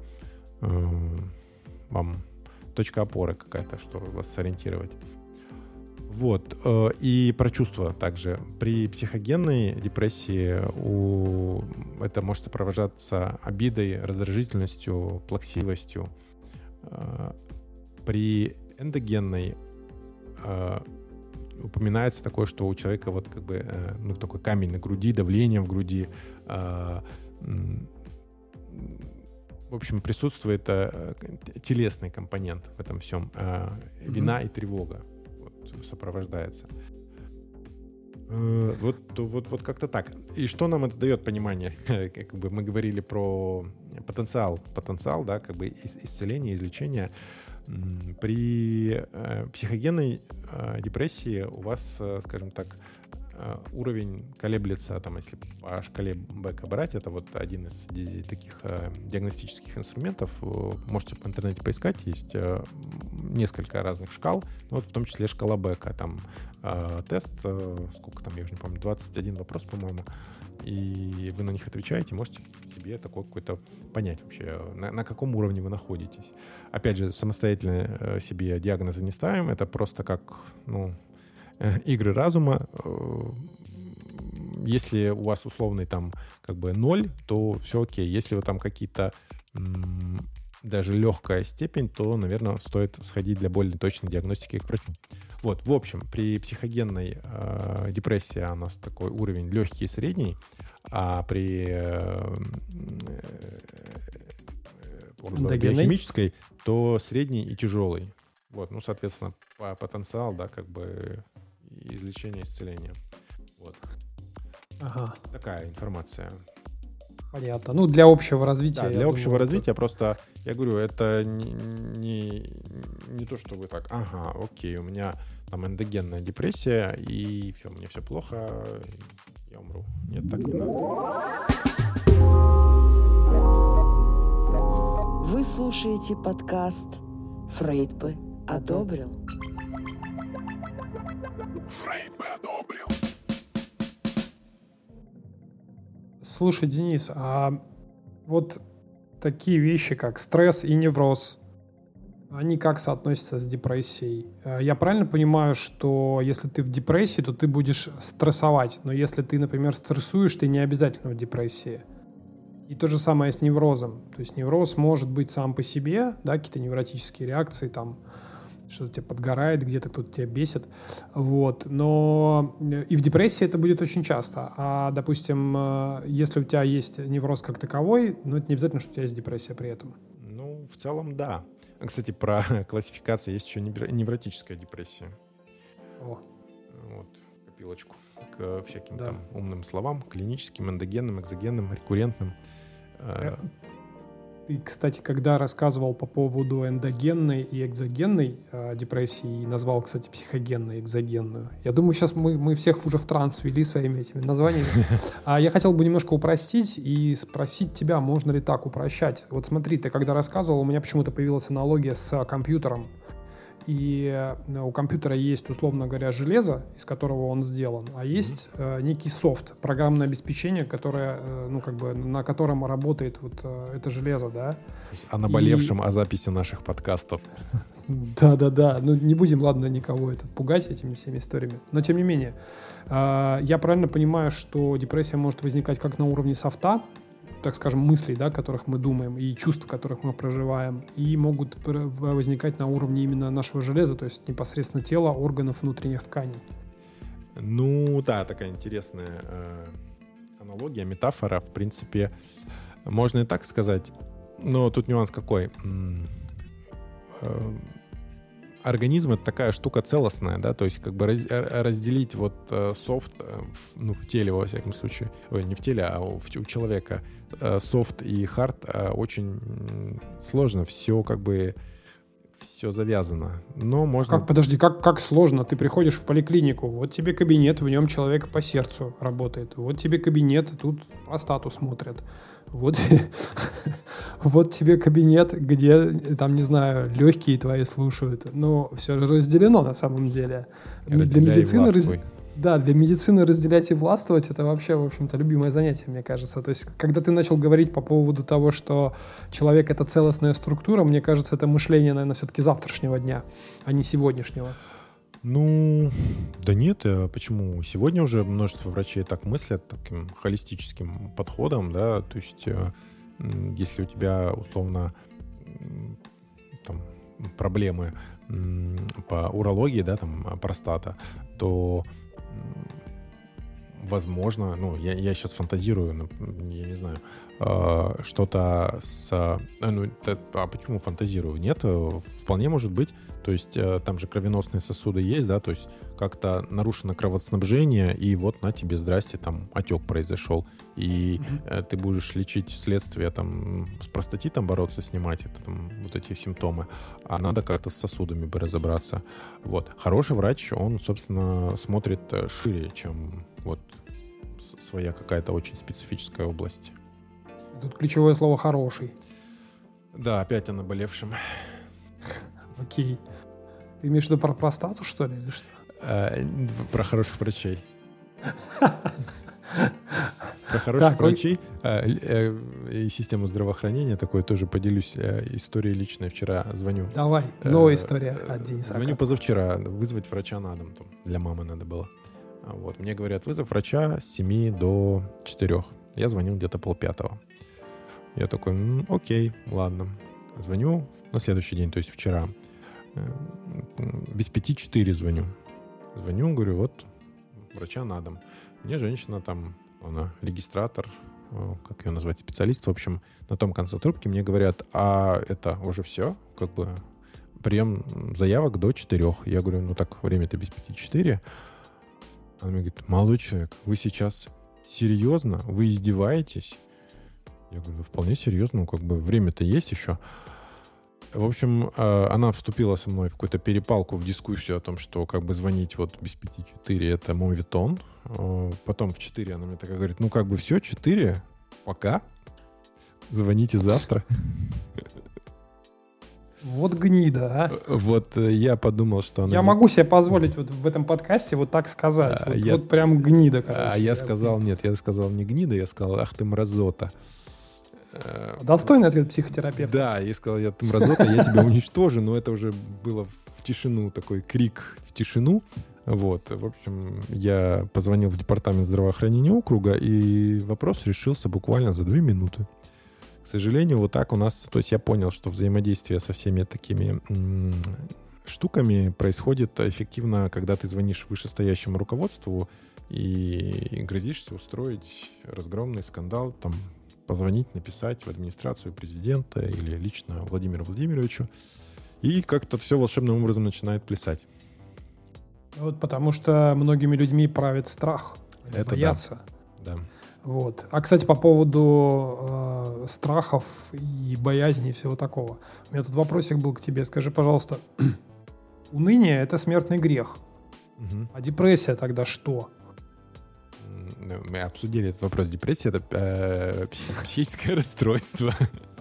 вам точка опоры какая-то, чтобы вас сориентировать. Вот. И про чувства также. При психогенной депрессии это может сопровождаться обидой, раздражительностью, плаксивостью. При эндогенной упоминается такое, что у человека вот как бы такой камень на груди, давление в груди. В общем, присутствует телесный компонент в этом всем. Вина и тревога сопровождается. Вот как-то так. И что нам это дает понимание? Как бы мы говорили про потенциал, да, как бы исцеление, излечение. При психогенной депрессии у вас, скажем так, уровень колеблется, там, если по шкале Бека брать, это вот один из таких диагностических инструментов. Можете в интернете поискать, есть несколько разных шкал, вот в том числе шкала Бека. Там тест, сколько там, я уже не помню, 21 вопрос, по-моему, и вы на них отвечаете, можете себе такой какой-то понять вообще, на каком уровне вы находитесь. Опять же, самостоятельно себе диагнозы не ставим, это просто как, игры разума. Если у вас условный там как бы 0, то все окей. Если вы там какие-то даже легкая степень, то, наверное, стоит сходить для более точной диагностики к врачу. Вот, в общем, при психогенной депрессии у нас такой уровень легкий и средний, а при биохимической то средний и тяжелый. Вот, ну, соответственно, потенциал, да, как бы излечения, исцеления. Вот. Ага. Такая информация. Понятно. Ну, для общего развития. Да, для общего развития просто, я говорю, это не то, что вы так, ага, окей, у меня там эндогенная депрессия, и все, мне все плохо, я умру. Нет, так не надо. Вы слушаете подкаст «Фрейд бы одобрил». Фрейд бы одобрил. Слушай, Денис, а вот такие вещи, как стресс и невроз, они как соотносятся с депрессией? Я правильно понимаю, что если ты в депрессии, то ты будешь стрессовать, но если ты, например, стрессуешь, ты не обязательно в депрессии. И то же самое с неврозом. То есть невроз может быть сам по себе, да, какие-то невротические реакции, там, что-то тебя подгорает, где-то кто-то тебя бесит, вот, но и в депрессии это будет очень часто, а, допустим, если у тебя есть невроз как таковой, ну, это не обязательно, что у тебя есть депрессия при этом. Ну, в целом, да. Кстати, про классификацию есть еще невротическая депрессия. О. Вот, копилочку к всяким там умным словам, клиническим, эндогенным, экзогенным, рекуррентным. Ты, кстати, когда рассказывал по поводу эндогенной и экзогенной депрессии, и назвал, кстати, психогенную и экзогенную, я думаю, сейчас мы всех уже в транс ввели своими этими названиями. А я хотел бы немножко упростить и спросить тебя, можно ли так упрощать. Вот смотри, ты когда рассказывал, у меня почему-то появилась аналогия с компьютером. И у компьютера есть, условно говоря, железо, из которого он сделан, а есть некий софт, программное обеспечение, которое, ну, как бы, на котором работает вот это железо, да. О наболевшем, о записи наших подкастов. Да. Ну, не будем, ладно, никого пугать этими всеми историями. Но, тем не менее, я правильно понимаю, что депрессия может возникать как на уровне софта, так скажем, мыслей, да, которых мы думаем, и чувств, которых мы проживаем, и могут возникать на уровне именно нашего железа, то есть непосредственно тела, органов, внутренних тканей. Ну, да, такая интересная аналогия, метафора, в принципе, можно и так сказать, но тут нюанс какой. Организм — это такая штука целостная, да, то есть как бы разделить вот софт, ну, в теле, во всяком случае, не в теле, а у человека софт и хард очень сложно, все как бы, все завязано, но можно... Подожди, как сложно? Ты приходишь в поликлинику, вот тебе кабинет, в нем человек по сердцу работает, вот тебе кабинет, тут простату смотрят. Вот тебе кабинет, где, там, не знаю, легкие твои слушают. Но все же разделено на самом деле. Для медицины разделять и властвовать — это вообще, в общем-то, любимое занятие, мне кажется. То есть, когда ты начал говорить по поводу того, что человек — это целостная структура, мне кажется, это мышление, наверное, все-таки завтрашнего дня, а не сегодняшнего. Ну, да нет, почему? Сегодня уже множество врачей так мыслят, таким холистическим подходом, да, то есть если у тебя, условно, там, проблемы по урологии, да, там, простата, то, возможно, ну, я сейчас фантазирую, я не знаю, что-то с... А почему фантазирую? Нет, вполне может быть. То есть там же кровеносные сосуды есть, да, то есть как-то нарушено кровоснабжение, и вот на тебе, здрасте, там отек произошел. И ты будешь лечить следствие, там, с простатитом бороться, снимать это, там, вот эти симптомы. А надо как-то с сосудами бы разобраться. Вот. Хороший врач, он, собственно, смотрит шире, чем вот своя какая-то очень специфическая область. Тут ключевое слово «хороший». Да, опять о наболевшем. Окей. Ты имеешь в виду про простату, что ли, или что? Про хороших врачей. Про хороших врачей и систему здравоохранения такое тоже поделюсь историей личной. Вчера звоню. Давай, новая история от Дениса. Звоню позавчера, вызвать врача на дом. Там, для мамы надо было. Вот. Мне говорят, вызов врача с 7 до 4. Я звонил где-то 4:30. Я такой, окей, ладно. Звоню на следующий день, то есть вчера. Без 5-4 звоню. Звоню, говорю, вот врача на дом. Мне женщина там, она регистратор, как ее назвать, специалист, в общем, на том конце трубки мне говорят, а это уже все, как бы прием заявок до 4. Я говорю, ну так, время-то без 5-4. Она мне говорит, молодой человек, вы сейчас серьезно? Вы издеваетесь? Я говорю, ну вполне серьезно, ну как бы время-то есть еще. В общем, она вступила со мной в какую-то перепалку, в дискуссию о том, что как бы звонить вот без 5-4 это моветон. Потом в 4 она мне такая говорит, ну как бы все, 4, пока, звоните завтра. Вот гнида, а. Вот я подумал, что она... Я могу себе позволить вот в этом подкасте вот так сказать. Вот прям гнида, короче. А я сказал, нет, я сказал не гнида, я сказал, ах ты мразота. Достойный ответ психотерапевта. Да, я сказал, я ты мразота, я тебя уничтожу, но это уже было в тишину, такой крик в тишину. Вот, в общем, я позвонил в департамент здравоохранения округа, и вопрос решился буквально за 2 минуты. К сожалению, вот так у нас, то есть я понял, что взаимодействие со всеми такими штуками происходит эффективно, когда ты звонишь вышестоящему руководству и грозишься устроить разгромный скандал, там, позвонить, написать в администрацию президента или лично Владимиру Владимировичу, и как-то все волшебным образом начинает плясать. Вот потому что многими людьми правит страх. Они Это боятся. Да. Вот. А, кстати, по поводу страхов и боязни и всего такого. У меня тут вопросик был к тебе. Скажи, пожалуйста, уныние — это смертный грех. Угу. А депрессия тогда что? Мы обсудили этот вопрос. Депрессия — это психическое расстройство.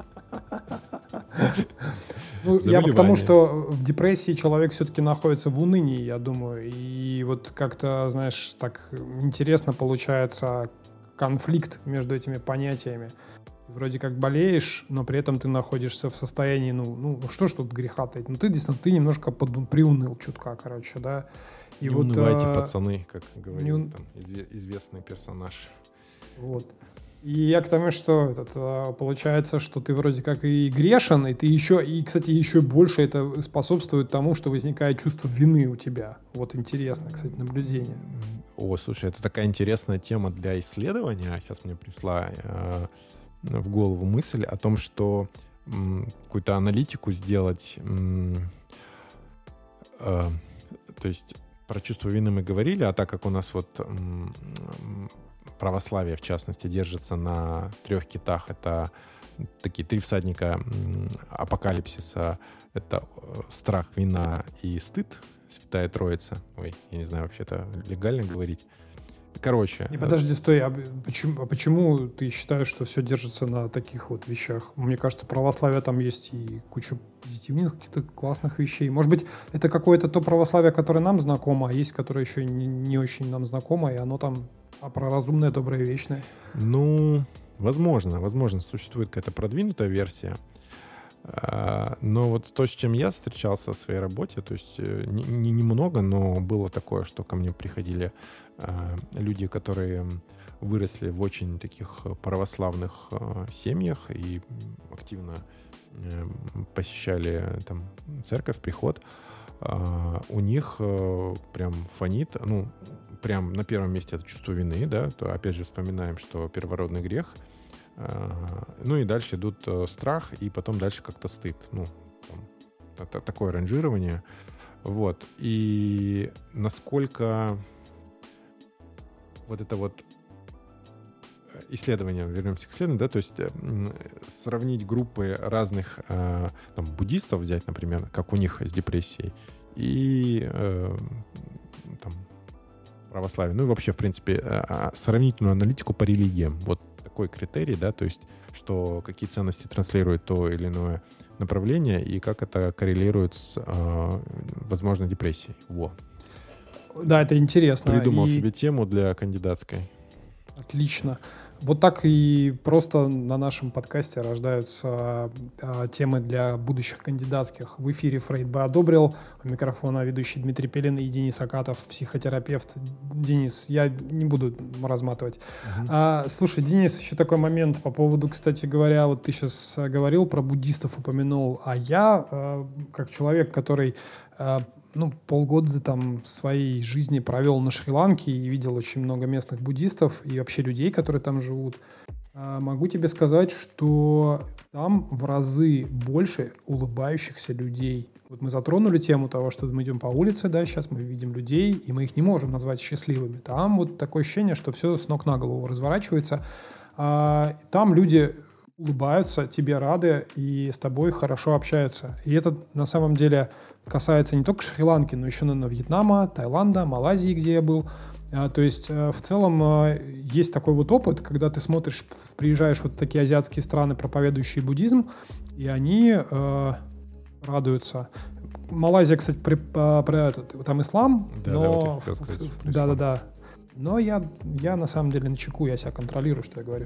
Ну, я к тому, что в депрессии человек все-таки находится в унынии, я думаю. И вот как-то, знаешь, так интересно получается конфликт между этими понятиями. Вроде как болеешь, но при этом ты находишься в состоянии, ну что ж тут греха таить? Ну, ты действительно, ты немножко приуныл чутка, короче, да. И не вот, унывайте, пацаны, как говорил там известный персонаж. Вот. И я к тому, что получается, что ты вроде как и грешен, и ты еще, и, кстати, еще больше это способствует тому, что возникает чувство вины у тебя. Вот интересно, кстати, наблюдение. О, слушай, это такая интересная тема для исследования. Сейчас мне пришла в голову мысль о том, что какую-то аналитику сделать. То есть про чувство вины мы говорили, а так как у нас вот православие, в частности, держится на 3 китах, это такие 3 всадника апокалипсиса, это страх, вина и стыд, Святая Троица. Ой, я не знаю, вообще это легально говорить. Короче. Не, подожди, стой, почему ты считаешь, что все держится на таких вот вещах? Мне кажется, православие там есть и куча позитивных каких-то классных вещей. Может быть, это какое-то то православие, которое нам знакомо, а есть, которое еще не очень нам знакомо, и оно там про разумное, доброе, вечное. Ну, возможно, существует какая-то продвинутая версия. Но вот то, с чем я встречался в своей работе, то есть немного, но было такое, что ко мне приходили люди, которые выросли в очень таких православных семьях и активно посещали там церковь, приход. У них прям фонит, ну, прям на первом месте это чувство вины, да, то опять же вспоминаем, что первородный грех. Ну и дальше идут страх, и потом дальше как-то стыд. Ну, там, такое ранжирование. Вот. И насколько вот это вот исследование, вернемся к исследованию, да, то есть сравнить группы разных там, буддистов, взять, например, как у них с депрессией, и там, православие. Ну и вообще, в принципе, сравнительную аналитику по религиям. Вот такой критерий, да, то есть, что какие ценности транслирует то или иное направление и как это коррелирует с, возможно, депрессией. Во. Да, это интересно. Придумал себе тему для кандидатской. Отлично. Вот так и просто на нашем подкасте рождаются темы для будущих кандидатских. В эфире «Фрейд бы одобрил». У микрофона ведущий Дмитрий Пелин и Денис Акатов, психотерапевт. Денис, я не буду разматывать. Слушай, Денис, еще такой момент по поводу, кстати говоря, вот ты сейчас говорил про буддистов, упомянул, а я, как человек, который полгода там своей жизни провел на Шри-Ланке и видел очень много местных буддистов и вообще людей, которые там живут, могу тебе сказать, что там в разы больше улыбающихся людей. Вот мы затронули тему того, что мы идем по улице, да, сейчас мы видим людей, и мы их не можем назвать счастливыми. Там вот такое ощущение, что все с ног на голову разворачивается. Там люди улыбаются, тебе рады и с тобой хорошо общаются. И это на самом деле касается не только Шри-Ланки, но еще, наверное, Вьетнама, Таиланда, Малайзии, где я был. То есть в целом есть такой вот опыт, когда ты смотришь, приезжаешь в вот такие азиатские страны, проповедующие буддизм, и они радуются. Малайзия, кстати, там ислам, да, но... Да, вот Да. Но я на самом деле начеку, я себя контролирую, что я говорю.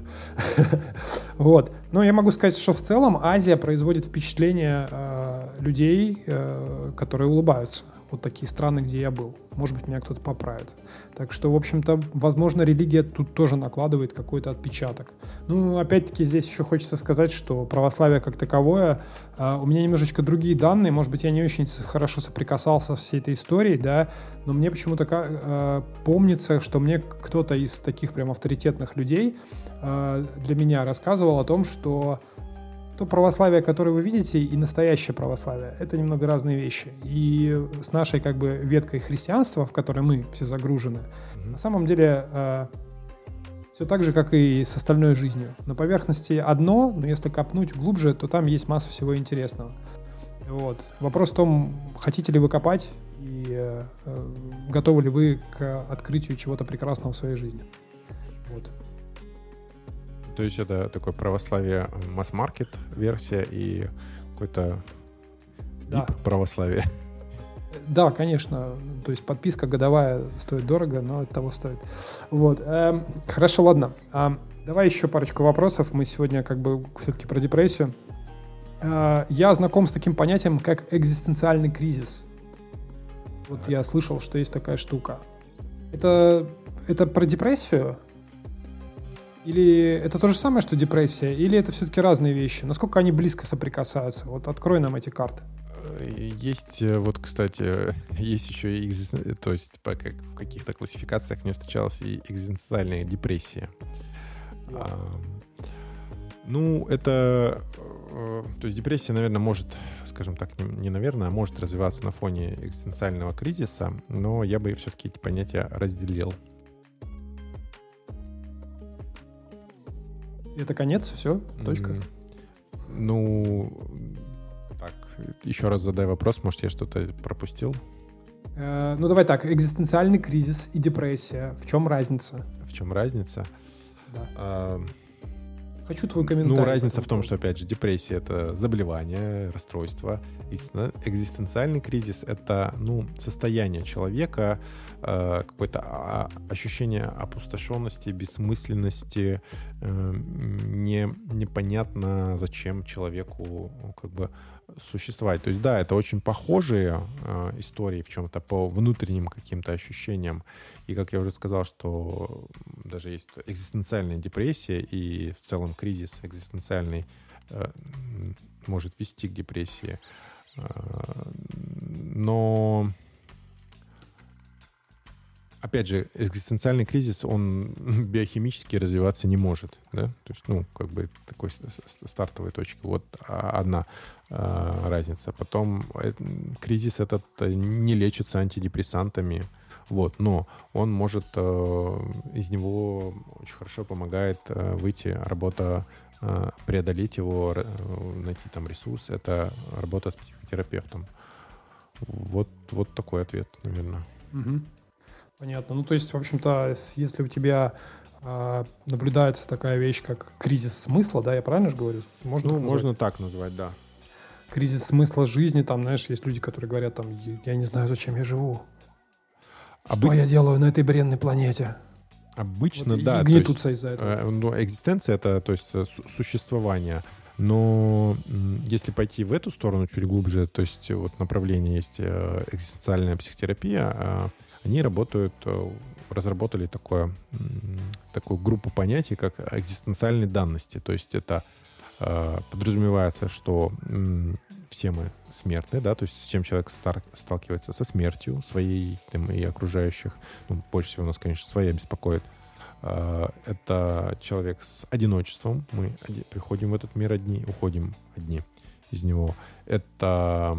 Вот. Но я могу сказать, что в целом Азия производит впечатление людей, которые улыбаются. Вот такие страны, где я был. Может быть, меня кто-то поправит. Так что, в общем-то, возможно, религия тут тоже накладывает какой-то отпечаток. Ну, опять-таки, здесь еще хочется сказать, что православие как таковое, у меня немножечко другие данные, может быть, я не очень хорошо соприкасался с всей этой историей, да, но мне почему-то помнится, что мне кто-то из таких прям авторитетных людей для меня рассказывал о том, что то православие, которое вы видите, и настоящее православие — это немного разные вещи. И с нашей как бы веткой христианства, в которой мы все загружены, на самом деле все так же, как и с остальной жизнью. На поверхности одно, но если копнуть глубже, то там есть масса всего интересного. Вот. Вопрос в том, хотите ли вы копать и готовы ли вы к открытию чего-то прекрасного в своей жизни. Вот. То есть это такое православие масс-маркет версия и какое-то православие. Да, конечно. То есть подписка годовая стоит дорого, но это того стоит. Вот. Хорошо, ладно. Давай еще парочку вопросов. Мы сегодня как бы все-таки про депрессию. Я знаком с таким понятием, как экзистенциальный кризис. Вот я слышал, что есть такая штука. Это про депрессию? Или это то же самое, что депрессия? Или это все-таки разные вещи? Насколько они близко соприкасаются? Вот открой нам эти карты. Есть, вот, кстати, есть еще и то есть в каких-то классификациях мне встречалась и экзистенциальная депрессия. Это... То есть депрессия, наверное, может, скажем так, не наверное, а может развиваться на фоне экзистенциального кризиса, но я бы все-таки эти понятия разделил. Это конец? Все? Точка? Так, еще раз задай вопрос, может, я что-то пропустил? Давай так, экзистенциальный кризис и депрессия. В чем разница? В чем разница? Да. Хочу твой комментарий. Разница в том, что, опять же, депрессия — это заболевание, расстройство. Экзистенциальный кризис — это, состояние человека, какое-то ощущение опустошенности, бессмысленности, непонятно, зачем человеку как бы существовать. То есть, да, это очень похожие истории в чем-то по внутренним каким-то ощущениям. И, как я уже сказал, что даже есть экзистенциальная депрессия, и в целом кризис экзистенциальный может вести к депрессии. Но, опять же, экзистенциальный кризис, он биохимически развиваться не может. Да? То есть, такой стартовой точки. Вот одна разница. Потом кризис этот не лечится антидепрессантами. Вот, но он может, из него очень хорошо помогает выйти, работа, преодолеть его, найти там ресурс. Это работа с психотерапевтом. Вот такой ответ, наверное. Угу. Понятно. То есть, в общем-то, если у тебя наблюдается такая вещь, как кризис смысла, да, я правильно же говорю? Можно так назвать, да. Кризис смысла жизни, там, знаешь, есть люди, которые говорят, там, я не знаю, зачем я живу. Что я делаю на этой бренной планете? Обычно, Вот, да. и гнетутся из-за этого. Ну, экзистенция — это, то есть, существование. Но если пойти в эту сторону чуть глубже, то есть вот направление есть экзистенциальная психотерапия, они разработали такую группу понятий, как экзистенциальные данности. То есть это подразумевается, что все мы смертны, да, то есть с чем человек сталкивается? Со смертью своей там, и окружающих. Ну, больше всего нас, конечно, своя беспокоит. Это человек с одиночеством. Мы приходим в этот мир одни, уходим одни из него. Это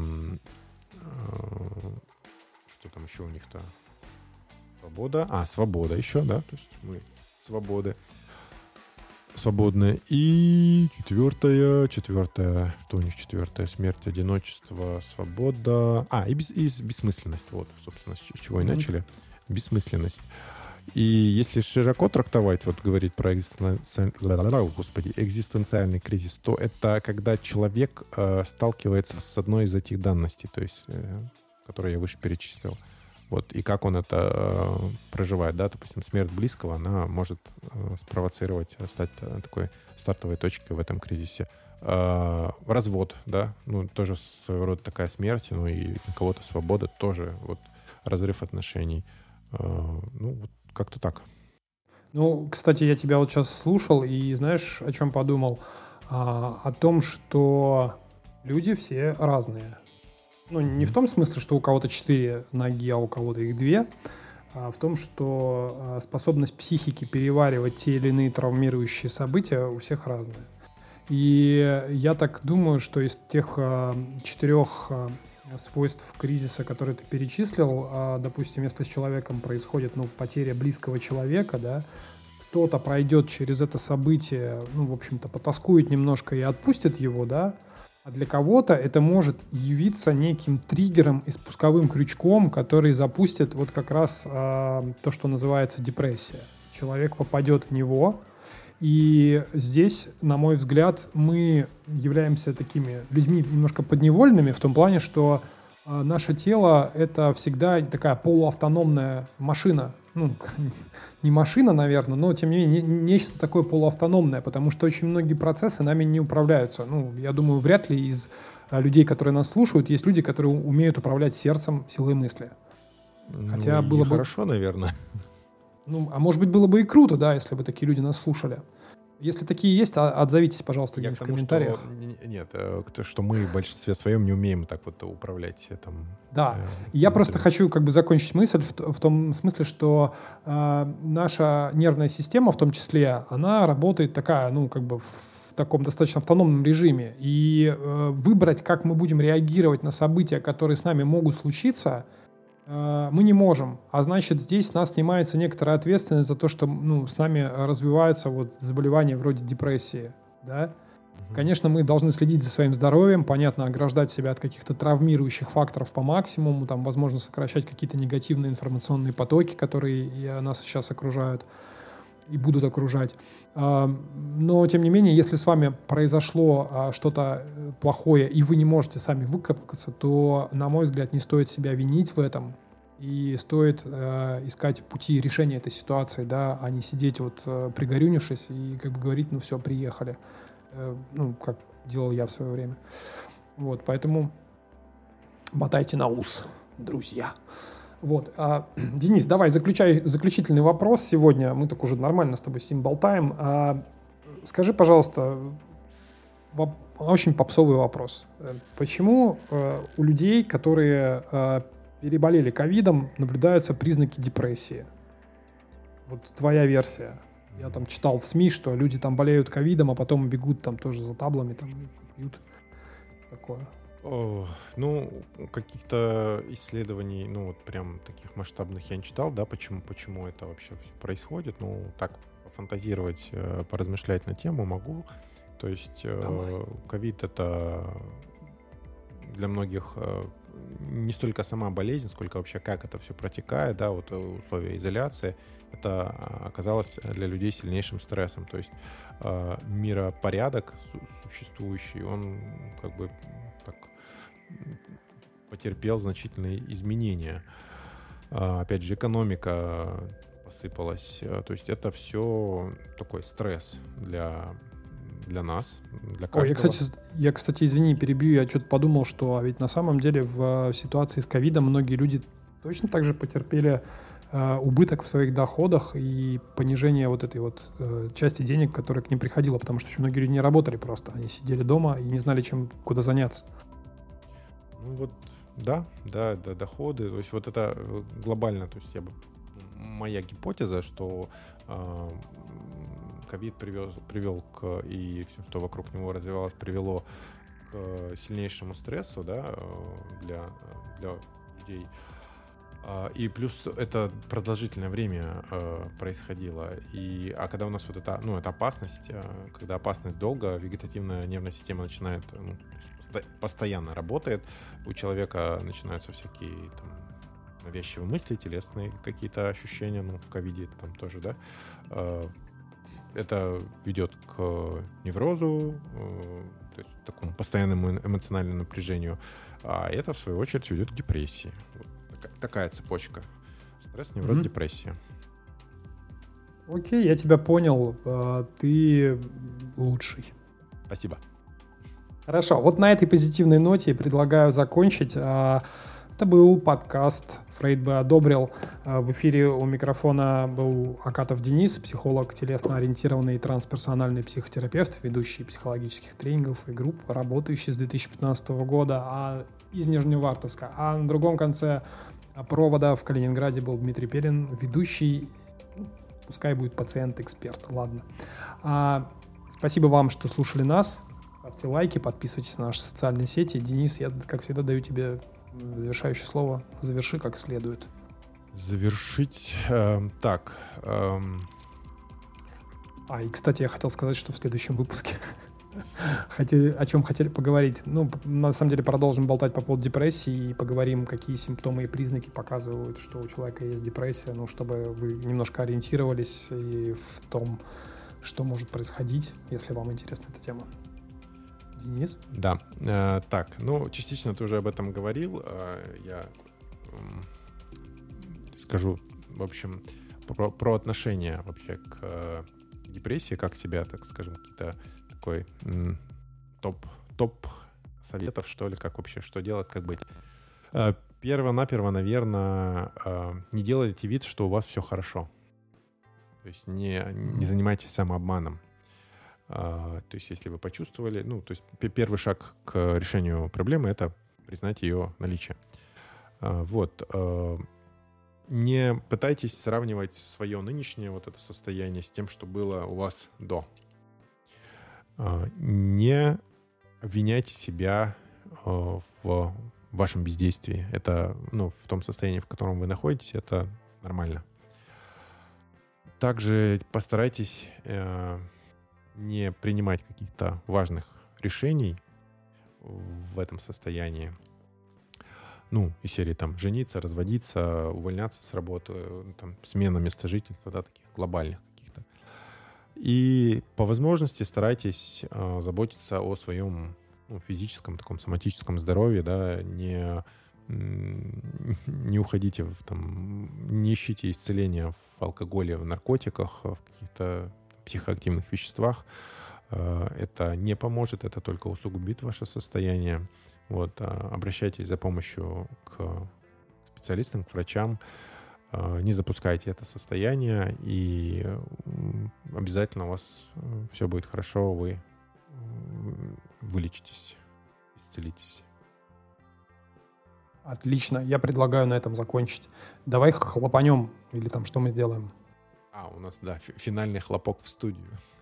что там еще у них-то? Свобода. Свобода еще, да. То есть мы свободны. И четвертое. Что у них четвертое? Смерть, одиночество, свобода. И бессмысленность. Вот, собственно, с чего и начали. Бессмысленность. И если широко трактовать, вот говорить про экзистенциальный кризис, то это когда человек сталкивается с одной из этих данностей, то есть, которые я выше перечислил. Вот, и как он это проживает, да, допустим, смерть близкого, она может спровоцировать, стать такой стартовой точкой в этом кризисе. Развод, да, ну, тоже своего рода такая смерть, ну, и у кого-то свобода, тоже вот разрыв отношений. Ну, вот как-то так. Ну, кстати, я тебя вот сейчас слушал и знаешь, о чем подумал? О том, что люди все разные. Ну, не в том смысле, что у кого-то 4 ноги, а у кого-то их 2, а в том, что способность психики переваривать те или иные травмирующие события у всех разная. И я так думаю, что из тех 4 свойств кризиса, которые ты перечислил, допустим, если с человеком происходит, потеря близкого человека, да, кто-то пройдет через это событие, в общем-то, потаскует немножко и отпустит его, да, а для кого-то это может явиться неким триггером и спусковым крючком, который запустит вот как раз то, что называется депрессия. Человек попадет в него, и здесь, на мой взгляд, мы являемся такими людьми немножко подневольными в том плане, что наше тело — это всегда такая полуавтономная машина. Ну, не машина, наверное, но, тем не менее, нечто такое полуавтономное, потому что очень многие процессы нами не управляются. Ну, я думаю, вряд ли из людей, которые нас слушают, есть люди, которые умеют управлять сердцем, силой мысли. Хотя было бы хорошо, наверное. Ну, а может быть, было бы и круто, да, если бы такие люди нас слушали. Если такие есть, отзовитесь, пожалуйста, где-нибудь в комментариях. Нет, что мы в большинстве своем не умеем так вот управлять. Да, я просто хочу закончить мысль в том смысле, что наша нервная система, в том числе, она работает такая, в таком достаточно автономном режиме. И выбрать, как мы будем реагировать на события, которые с нами могут случиться, мы не можем. А значит, здесь с нас снимается некоторая ответственность за то, что с нами развиваются заболевания вроде депрессии. Да? Конечно, мы должны следить за своим здоровьем, понятно, ограждать себя от каких-то травмирующих факторов по максимуму, возможно, сокращать какие-то негативные информационные потоки, которые нас сейчас окружают и будут окружать. Но, тем не менее, если с вами произошло что-то плохое, и вы не можете сами выкарабкаться, то, на мой взгляд, не стоит себя винить в этом, и стоит искать пути решения этой ситуации, да, а не сидеть пригорюнившись и говорить, все, приехали. Как делал я в свое время. Поэтому мотайте на ус, друзья. Денис, давай, заключительный вопрос сегодня. Мы так уже нормально с тобой с ним болтаем. Скажи, пожалуйста, очень попсовый вопрос. Почему у людей, которые переболели ковидом, наблюдаются признаки депрессии? Вот твоя версия. Я читал в СМИ, что люди болеют ковидом, а потом бегут тоже за таблами, пьют. Такое. Каких-то исследований, прям таких масштабных я не читал, да, почему это вообще происходит. Так пофантазировать, поразмышлять на тему могу. То есть ковид — это для многих не столько сама болезнь, сколько вообще как это все протекает, да, условия изоляции. Это оказалось для людей сильнейшим стрессом. То есть миропорядок существующий, он потерпел значительные изменения. Опять же, экономика посыпалось. То есть это все такой стресс для нас, для каждого. Ой, я, кстати, извини, перебью, я что-то подумал, что ведь на самом деле в ситуации с ковидом многие люди точно так же потерпели убыток в своих доходах и понижение вот этой вот части денег, которая к ним приходила, потому что очень многие люди не работали просто, они сидели дома и не знали, куда заняться. Ну вот, да, доходы, то есть вот это глобально, то есть моя гипотеза, что ковид привел и все, что вокруг него развивалось, привело к сильнейшему стрессу, да, для людей. И плюс это продолжительное время происходило. А когда у нас вот это опасность, когда опасность долго, вегетативная нервная система начинает, постоянно работает, у человека начинаются всякие там навязчивые мысли, телесные какие-то ощущения, в ковиде там тоже, да. Это ведет к неврозу, то есть такому постоянному эмоциональному напряжению, а это, в свою очередь, ведет к депрессии. Вот такая цепочка. Стресс, невроз, депрессия. Окей, я тебя понял. Ты лучший. Спасибо. Хорошо, вот на этой позитивной ноте предлагаю закончить. Это был подкаст «Фрейд бы одобрил». В эфире у микрофона был Акатов Денис, психолог, телесно-ориентированный трансперсональный психотерапевт, ведущий психологических тренингов и групп, работающий с 2015 года из Нижневартовска. А на другом конце провода в Калининграде был Дмитрий Пелин, ведущий, пускай будет пациент-эксперт, ладно. Спасибо вам, что слушали нас. Ставьте лайки, подписывайтесь на наши социальные сети. Денис, я, как всегда, даю тебе завершающее слово. Заверши как следует. Завершить так. И, кстати, я хотел сказать, что в следующем выпуске о чем хотели поговорить. На самом деле, продолжим болтать по поводу депрессии и поговорим, какие симптомы и признаки показывают, что у человека есть депрессия, чтобы вы немножко ориентировались и в том, что может происходить, если вам интересна эта тема. Денис? Да. Так, частично ты уже об этом говорил. Я скажу, в общем, про отношение вообще к депрессии, как себя, так скажем, какие-то такой топ советов, что ли, как вообще, что делать, как быть. Перво-наперво, наверное, не делайте вид, что у вас все хорошо. То есть не занимайтесь самообманом. То есть если вы почувствовали, то есть первый шаг к решению проблемы — это признать ее наличие. Не пытайтесь сравнивать свое нынешнее вот это состояние с тем, что было у вас до. Не обвиняйте себя в вашем бездействии. Это, в том состоянии, в котором вы находитесь, это нормально. Также постарайтесь не принимать каких-то важных решений в этом состоянии. Из серии жениться, разводиться, увольняться с работы, смена места жительства, таких глобальных каких-то. И по возможности старайтесь заботиться о своем физическом, таком соматическом здоровье, не уходите не ищите исцеления в алкоголе, в наркотиках, в каких-то психоактивных веществах. Это не поможет, это только усугубит ваше состояние. Обращайтесь за помощью к специалистам, к врачам. Не запускайте это состояние, и обязательно у вас все будет хорошо, вы вылечитесь, исцелитесь. Отлично, я предлагаю на этом закончить. Давай хлопанем, или что мы сделаем? У нас, финальный хлопок в студию.